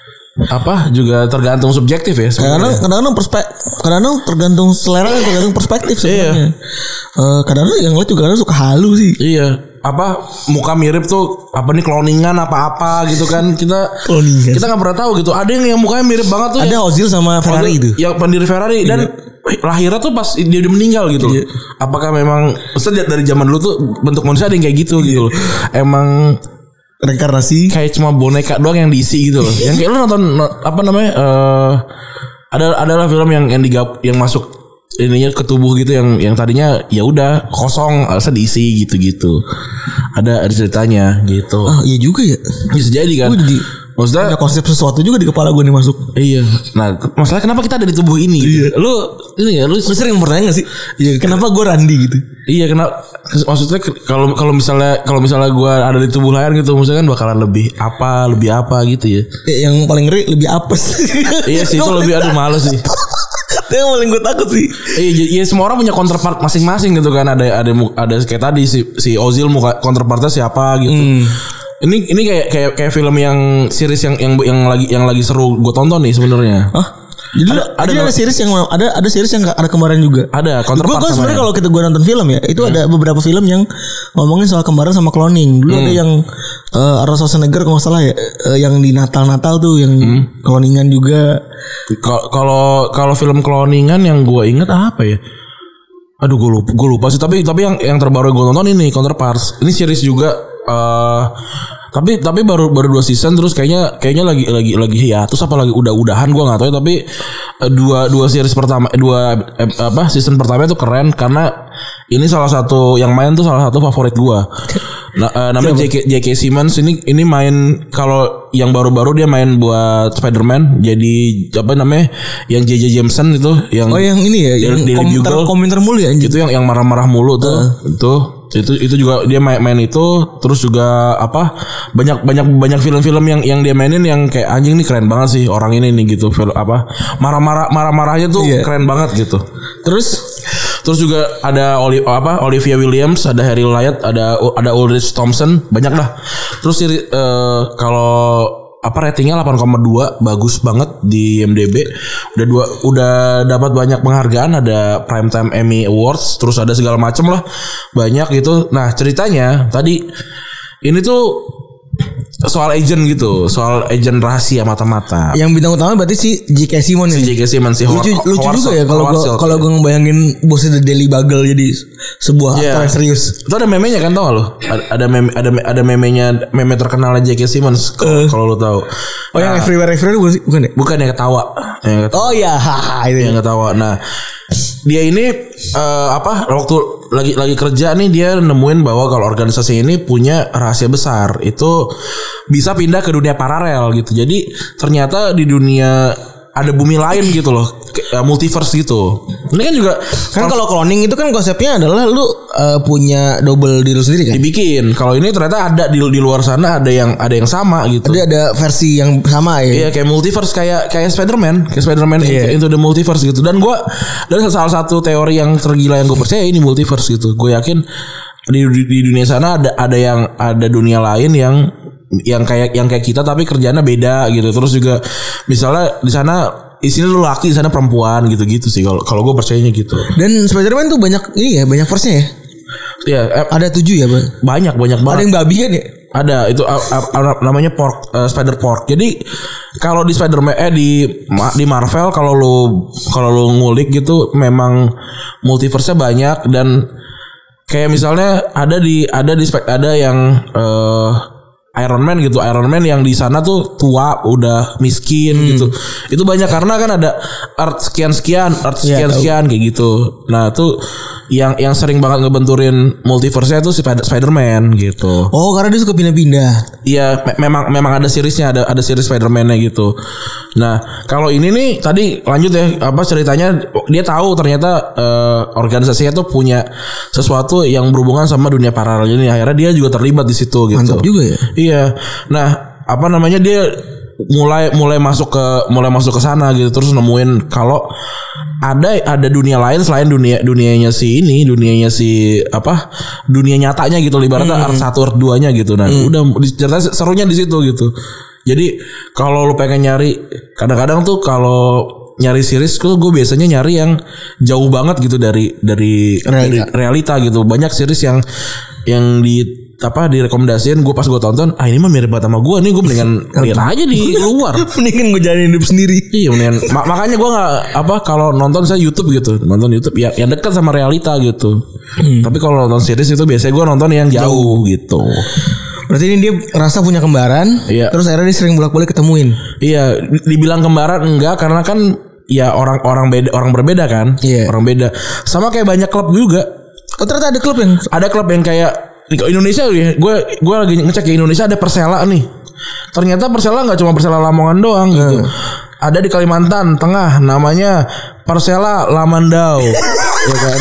B: apa juga tergantung subjektif ya.
C: Kadang-kadang kadang-kadang perspektif, kadang-kadang tergantung selera, tergantung perspektif sebenarnya. Iya. Uh, kadang-kadang yang lihat juga kadang suka halu sih.
B: Iya. Apa muka mirip tuh apa nih cloningan apa-apa gitu kan kita cloningan. Kita nggak pernah tahu gitu. Ada yang yang mukanya mirip banget tuh.
C: Ada ya, Ozil sama Ferrari itu.
B: Yang pendiri Ferrari dan iya. lahirnya tuh pas dia udah meninggal gitu. Iya. Apakah memang sejak dari zaman dulu tuh bentuk manusia ada yang kayak gitu gitu loh. Emang
C: reinkarnasi
B: kayak cuma boneka doang yang diisi gitu loh. Yang kayak lu nonton apa namanya uh, ada adalah film yang yang digap yang masuk ininya ke tubuh gitu yang yang tadinya ya udah kosong asal diisi gitu-gitu. Ada ada ceritanya gitu.
C: Ah iya juga ya.
B: Bisa jadi kan. Jadi, maksudnya
C: ada konsep sesuatu juga di kepala gue nih masuk.
B: Iya. Nah, masalahnya kenapa kita ada di tubuh ini? Iya. Gitu? Lu ini ya, lu,
C: lu sering bertanya gak sih? Iya. Kenapa gue Randi gitu?
B: Iya, kenapa? Maksudnya kalau kalau misalnya kalau misalnya gue ada di tubuh lain gitu, maksudnya kan bakalan lebih apa, lebih apa gitu ya.
C: Eh, yang paling ngeri lebih apes.
B: Iya sih, itu lebih aduh males sih.
C: Itu yang paling gue takut sih.
B: Iya, ya, semua orang punya counterpart masing-masing gitu kan. Ada ada ada kayak tadi si si Ozil muka counterpartnya siapa gitu. Hmm. Ini ini kayak kayak kayak film yang series yang yang yang lagi yang lagi seru gue tonton nih sebenarnya.
C: Hah? Jadi ada ada, ada series yang ada ada series yang ada kembaran juga.
B: Ada counterpart.
C: Gue sebenarnya kalau kita gue nonton film ya, itu hmm. ada beberapa film yang ngomongin soal kembaran sama cloning. Dulu hmm. ada yang uh, Arnold Schwarzenegger kalau nggak salah ya, uh, yang di Natal-Natal tuh yang hmm. cloningan juga.
B: Kalau kalau film cloningan yang gue inget apa ya? Aduh gue lupa, gue lupa sih. Tapi tapi yang yang terbaru gue tonton ini Counterparts. Ini series juga. Uh, tapi tapi baru baru dua season terus kayaknya kayaknya lagi lagi lagi ya terus apa lagi udah-udahan gue nggak tahu ya, tapi uh, dua dua series pertama dua eh, apa season pertama itu keren karena ini salah satu yang main tuh salah satu favorit gue. Nah, uh, namanya J K, J K Simmons ini ini main kalau yang baru-baru dia main buat Spider-Man jadi apa namanya yang J J Jameson itu yang
C: oh yang ini ya yang komentar komentar mulu ya
B: itu yang yang marah-marah mulu tuh uh. itu itu itu juga dia main main itu terus juga apa banyak banyak banyak film-film yang yang dia mainin yang kayak anjing nih keren banget sih orang ini nih gitu film apa marah-marah marah-marahnya tuh yeah. keren banget gitu. Terus terus juga ada Oli, apa Olivia Williams, ada Harry Wyatt, ada ada Ulrich Thompson, banyak lah. Terus uh, kalau apa ratingnya delapan koma dua bagus banget di I M D B. Udah dua udah dapat banyak penghargaan, ada Primetime Emmy Awards, terus ada segala macam lah. Banyak gitu. Nah, ceritanya tadi ini tuh soal agent gitu, soal agent rahasia mata-mata.
C: Yang bintang utama berarti si J K Simmons
B: si J K Simmons si
C: lucu, Howard, lucu juga ya kalau gua kalau gua ngebayangin bosnya The Daily Bugle jadi sebuah yeah. aktor yang serius.
B: Itu ada memenya kan tau gak lo? Ada ada meme ada ada memenya meme terkenal J K Simmons kalau uh. lo tahu.
C: Oh nah, yang everywhere everywhere bukan bukan ya?
B: Bukan yang ketawa. Yang ketawa.
C: Oh iya,
B: itu yang ketawa. Nah, dia ini uh, apa waktu lagi lagi kerja nih dia nemuin bahwa kalau organisasi ini punya rahasia besar itu bisa pindah ke dunia paralel gitu. Jadi ternyata di dunia ada bumi lain gitu loh, multiverse gitu. Ini kan juga
C: kan kalau cloning itu kan konsepnya adalah lu uh, punya double diri lu sendiri kan.
B: Dibikin. Kalau ini ternyata ada di di luar sana ada yang ada yang sama gitu.
C: Ada ada versi yang sama ya.
B: Iya kayak multiverse kayak kayak Spider-Man, kayak Spider-Man yeah. into the multiverse gitu. Dan gua dan salah satu teori yang tergila yang gue percaya ini multiverse gitu. Gue yakin di, di di dunia sana ada ada yang ada dunia lain yang yang kayak yang kayak kita tapi kerjanya beda gitu. Terus juga misalnya di sana isinya lu laki, di sana perempuan gitu-gitu sih kalau kalau gue percayanya gitu.
C: Dan Spider-Man tuh banyak ini ya, banyak versi-nya ya.
B: Iya, eh,
C: ada tujuh ya, Bang.
B: Banyak, banyak banget.
C: Ada yang babi kan ya?
B: Ada, itu uh, uh, namanya pork uh, Spider Pork. Jadi kalau di Spider-Man eh di di Marvel kalau lu kalau lu ngulik gitu memang multiverse-nya banyak dan kayak misalnya ada di ada di ada yang uh, Iron Man gitu. Iron Man yang di sana tuh tua, udah miskin hmm. gitu. Itu banyak karena kan ada art sekian-sekian, art sekian-sekian kayak gitu. Nah, tuh yang yang sering banget ngebenturin multiverse-nya tuh si Spider-Man gitu.
C: Oh, karena dia suka pindah-pindah.
B: Iya, me- memang memang ada seriesnya, ada ada series Spider-Man-nya gitu. Nah, kalau ini nih tadi lanjut ya, apa ceritanya dia tahu ternyata uh, organisasinya tuh punya sesuatu yang berhubungan sama dunia paralel ini. Akhirnya dia juga terlibat di situ gitu.
C: Mantap juga ya.
B: Iya. Nah, apa namanya dia mulai mulai masuk ke mulai masuk ke sana gitu, terus nemuin kalau ada ada dunia lain selain dunia dunianya si ini, dunianya si apa? Dunia nyatanya gitu, ibaratnya hmm. art satu art dua-nya gitu. Nah, hmm. udah cerita serunya di situ gitu. Jadi kalau lu pengen nyari, kadang-kadang tuh kalau nyari series tuh gue biasanya nyari yang jauh banget gitu dari dari realita, dari realita gitu. Banyak series yang yang di apa direkomendasiin gue pas gue tonton, ah ini mah mirip banget sama gue nih, gue mendingan lihat aja di luar.
C: Mendingan gue jalanin hidup sendiri.
B: Iya mendingan. Ma- makanya gue nggak apa kalau nonton saya YouTube gitu, nonton YouTube ya yang dekat sama realita gitu. Hmm. Tapi kalau nonton series itu biasanya gue nonton yang jauh, jauh gitu.
C: Berarti ini dia rasa punya kembaran, iya. Terus akhirnya dia sering bolak-balik ketemuin.
B: Iya, dibilang kembaran enggak karena kan ya orang-orang beda, orang berbeda kan, iya. Orang beda. Sama kayak banyak klub juga.
C: Oh ternyata ada klub yang
B: ada klub yang kayak di Indonesia ya, gue gue lagi ngecek ya Indonesia ada Persela nih. Ternyata Persela nggak cuma Persela Lamongan doang gitu. Hmm. Ada di Kalimantan Tengah namanya Persela Lamandau, ya kan?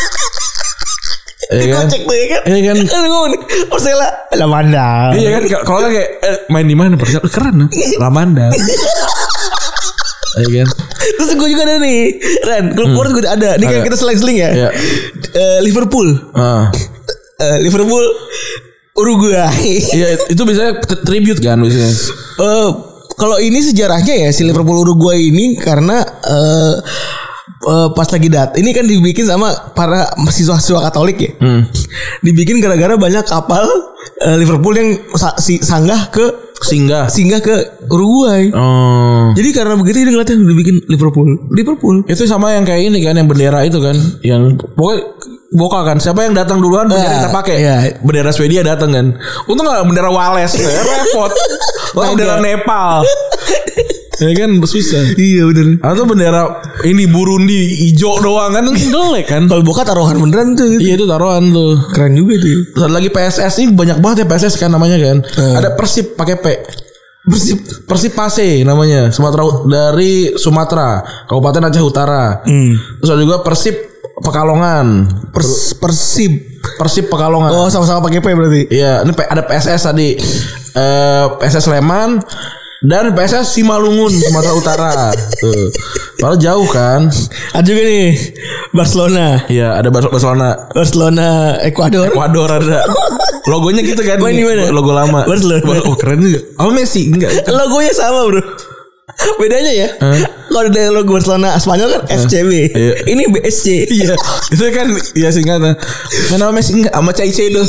B: Iya kan? Cek tuh ya kan? Iya kan?
C: Kan ngomong Persela Lamandau.
B: Iya kan? Kalau kayak eh, main di mana Persela keren, Lamandau. Iya kan?
C: Terus gue juga ada nih, Ren. Klub hmm. juga ada. Ini kan kita seling-seling ya. Iya. Uh, Liverpool. Ah. Uh, Liverpool Uruguay.
B: Iya, itu biasanya tribute kan biasanya.
C: Uh, kalau ini sejarahnya ya si Liverpool Uruguay ini karena uh, uh, pas lagi dat ini kan dibikin sama para siswa-siswa Katolik ya. Hmm. Dibikin gara-gara banyak kapal uh, Liverpool yang sa- si sanggah ke
B: singgah
C: singgah ke Uruguay. Oh. Jadi karena begitu dia ngeliatnya udah bikin Liverpool. Liverpool.
B: Itu sama yang kayak ini kan, yang bendera itu kan, yang pokoknya Boka kan, siapa yang datang duluan bendera uh, kita pakai. Iya. Bendera Swedia datang kan. Untung enggak bendera Wales, ya, repot. Lah bendera Nepal. Ya kan susah.
C: Iya benar.
B: Atau bendera ini Burundi hijau doang kan jelek kan.
C: Kalau Boka taruhan beneran tuh.
B: Iya itu taruhan tuh.
C: Keren juga tuh.
B: Terus lagi P S S ini banyak banget ya P S S kan namanya kan. Uh. Ada Persib pakai P. Persib Persib Pase namanya, Sumatera dari Sumatera, Kabupaten Aceh Utara. Hmm. Terus ada juga Persib Pekalongan.
C: Pers, Persib
B: Persib Pekalongan.
C: Oh sama-sama pakai P berarti.
B: Iya, ini ada P S S tadi. Eh P S S Sleman dan P S S Simalungun Sumatera Utara. Tuh. Padahal jauh kan.
C: Ada juga nih Barcelona.
B: Iya, ada Barcelona.
C: Barcelona Ekuador.
B: Ekuador ada. Logonya gitu kan.
C: Ini mana?
B: Logo lama.
C: Barcelona.
B: Oh, keren juga. Oh, Messi enggak.
C: Logonya sama, Bro. Bedanya ya. Huh? Kalau ada logo Barcelona Spanyol kan F C B. Iya. Ini B S C.
B: Iya. Itu kan ya singkatan. Mana Messi enggak sama C I C itu.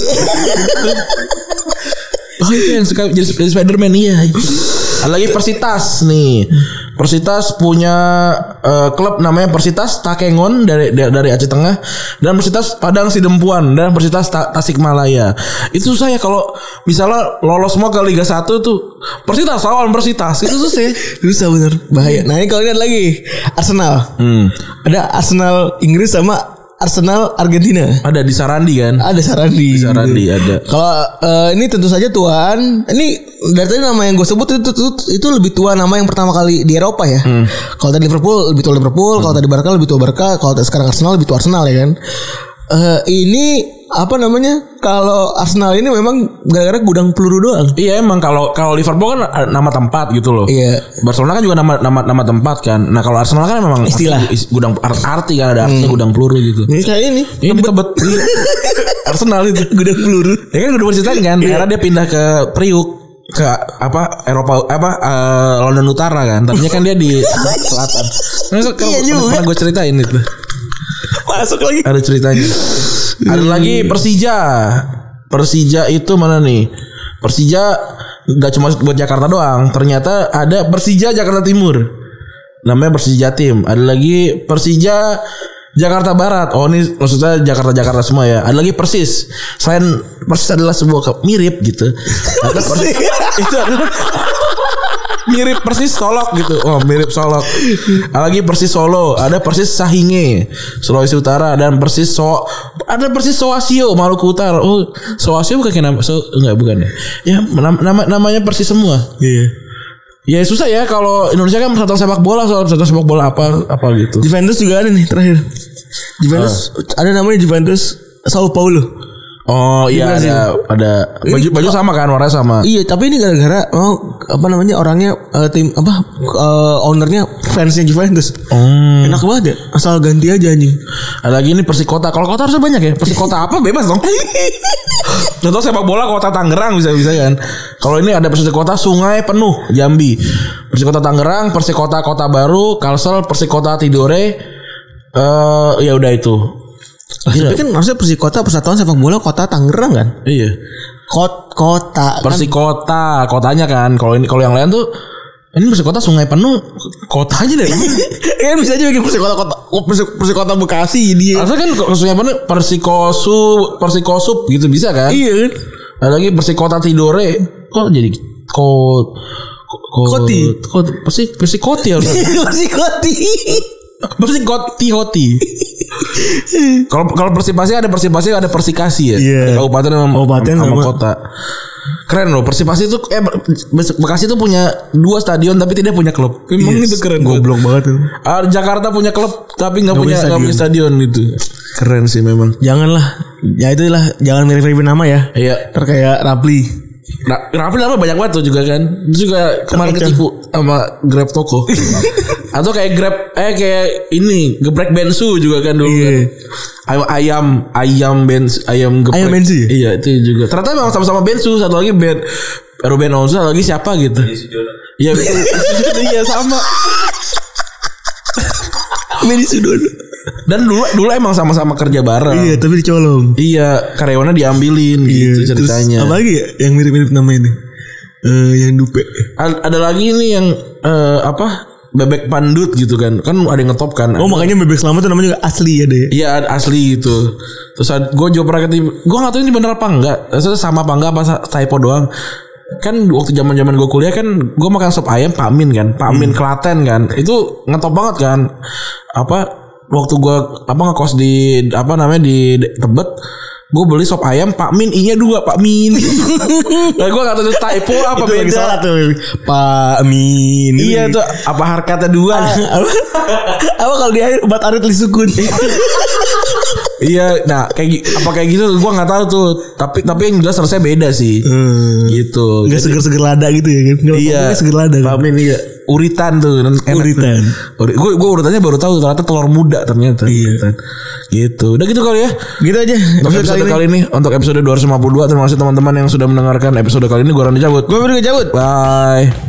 B: Oh itu yang suka jadi Spider-Man. Iya. Ada lagi Persitas nih. Persitas punya uh, klub namanya Persitas Takengon dari dari Aceh Tengah, dan Persitas Padang Sidempuan, dan Persitas Ta- Tasikmalaya. Itu saya kalau misalnya lolos semua ke Liga satu tuh Persitas lawan Persitas itu susah.
C: Susah bener, bahaya. Nah ini kalau lihat lagi Arsenal. Hmm. Ada Arsenal Inggris sama Arsenal Argentina.
B: Ada di Sarandi kan?
C: Ada Sarandi.
B: Di Sarandi gitu. Ada.
C: Kalau uh, ini tentu saja tuan. Ini dari tadi nama yang gue sebut itu, itu itu lebih tua nama yang pertama kali di Eropa ya. Hmm. Kalau tadi Liverpool lebih tua Liverpool, hmm. kalau tadi Barca lebih tua Barca, kalau sekarang Arsenal lebih tua Arsenal ya kan. Uh, ini apa namanya? Kalau Arsenal ini memang gara-gara gudang peluru doang.
B: Iya emang kalau kalau Liverpool kan nama tempat gitu loh. Iya. Barcelona kan juga nama nama nama tempat kan. Nah kalau Arsenal kan memang
C: istilah
B: is, gudang arti kan, ada artinya hmm. gudang peluru gitu.
C: Ini kayak ini.
B: Ini tebet Arsenal itu
C: gudang peluru.
B: Ya kan udah bercerita kan. Akhirnya dia pindah ke Priuk, ke apa Eropa apa uh, London Utara kan. Tadinya kan dia di selatan. Nah, iya juga. Pernah gue ceritain itu.
C: Masuk lagi.
B: Ada ceritanya. Ada lagi Persija. Persija itu mana nih? Persija nggak cuma buat Jakarta doang. Ternyata ada Persija Jakarta Timur. Namanya Persija Jatim. Ada lagi Persija Jakarta Barat. Oh ini maksudnya Jakarta-Jakarta semua ya. Ada lagi Persis. Selain Persis adalah sebuah ke- mirip gitu. Ada Persis. Itu adalah mirip Persis Solok gitu. Oh mirip Solok. Ada lagi Persis Solo. Ada Persis Sahinge Sulawesi Utara. Dan Persis So. Ada Persis Soasio Maluku Utara. Oh Soasio bukan kayak nama so, enggak bukan ya. Ya nama namanya Persis semua.
C: Iya.
B: Ya susah ya kalau Indonesia kan persatuan sepak bola, soal persatuan sepak bola apa apa gitu.
C: Juventus juga ada nih terakhir. Juventus uh. ada namanya Juventus Sao Paulo.
B: Oh iya ada ada baju baju sama kan, warnanya sama.
C: Iya, tapi ini gara-gara oh, apa namanya orangnya uh, tim apa uh, ownernya fansnya Juventus.
B: Hmm.
C: Enak banget ya, asal ganti aja anjing.
B: Ada lagi ini Persikota. Kalau kota harusnya banyak ya. Persikota apa bebas dong. Contoh sepak bola kota Tangerang bisa-bisa kan. Kalau ini ada Persikota Sungai Penuh Jambi. Persikota Tangerang, Persikota Kota Baru, Kalsel, Persikota Tidore. Eh uh, ya udah itu.
C: Tapi kan maksudnya Persikota Persatuan Sepak Bola Kota Tangerang kan?
B: Iya.
C: Kot kota.
B: Persikota, kotanya kan. Kalau ini kalau yang lain tuh ini Persikota Sungai Penuh kota aja deh.
C: Kan bisa aja bikin Persikota kota Persikota Bekasi dia.
B: Asal kan Sungai Penuh Persikosu, Persikosup gitu bisa kan?
C: Iya kan?
B: Ada lagi Persikota Tidore. Kok jadi kot
C: Koti.
B: Kot Persik Persikoti ya.
C: Persikoti.
B: Persikoti hoti. Kalau kalau Persipasi ada Persipasi ada Persikasi ya.
C: Yeah.
B: Ada kabupaten sama,
C: kabupaten
B: sama
C: sama
B: kota. Keren loh Persipasi itu eh Bekasi itu punya dua stadion tapi tidak punya klub. Memang yes, itu keren.
C: Goblok banget tuh.
B: Ah, Jakarta punya klub tapi nggak punya nggak punya stadion itu. Keren sih memang.
C: Janganlah. Ya itulah jangan mirip-mirip nama ya.
B: Iya.
C: Terkayak Rapli.
B: Nah, Rapli nama banyak banget tuh juga kan. Itu juga kemarin ketipu sama Grab Toko. Atau kayak Grab eh kayak ini geprek Bensu juga kan dulu kan. Ayam ayam ayam Bensu ayam geprek.
C: Ayam Bensu.
B: Iya itu juga. Ternyata memang sama-sama Bensu, satu lagi Ben Ruben Onsu, satu lagi siapa gitu. Iya iya sama.
C: Beni Sudono.
B: Dan dulu dulu emang sama-sama kerja bareng.
C: Iya, tapi dicolong.
B: Iya, karyawannya diambilin
C: iya,
B: gitu ceritanya.
C: Terus apa lagi ya yang mirip-mirip nama ini? Eh uh, yang Dupe.
B: A- ada lagi ini yang uh, apa? Bebek Pandut gitu kan. Kan ada yang ngetop kan.
C: Oh, makanya Bebek Selamat tuh namanya juga asli ya deh.
B: Iya, asli itu. Terus gue juga pernah ketemu, gue enggak tahu ini bener apa enggak. Terus sama apa enggak apa typo doang. Kan waktu zaman-zaman gue kuliah kan gue makan sop ayam Pak Min kan, Pak Min hmm. Klaten kan. Itu ngetop banget kan. Apa waktu gue apa ngekos di apa namanya di Tebet, gue beli sop ayam Pak Min, I-nya dua Pak Min. Nah, gue gak tahu itu typo apa
C: itu
B: beda.
C: Salah tuh Pak Min.
B: Iya tuh apa harkatnya dua.
C: apa, apa kalau di akhir obat arit lisukun.
B: Iya, nah kayak apa kayak gitu gue nggak tahu tuh. Tapi tapi yang jelas rasanya beda sih. Hmm. Gitu.
C: Gak seger-seger lada gitu ya kan? Gak
B: iya.
C: Seger lada.
B: Pak Min iya. Uritan tuh.
C: Uritan.
B: Gue gue urutannya baru tahu ternyata telur muda ternyata.
C: Iya.
B: Uritan. Gitu. Udah gitu kali ya.
C: Gitu aja.
B: Untuk episode, episode kali ini. Untuk episode dua ratus lima puluh dua. Terima kasih teman-teman yang sudah mendengarkan episode kali ini. Gue Randy cabut.
C: Gue berdua cabut.
B: Bye.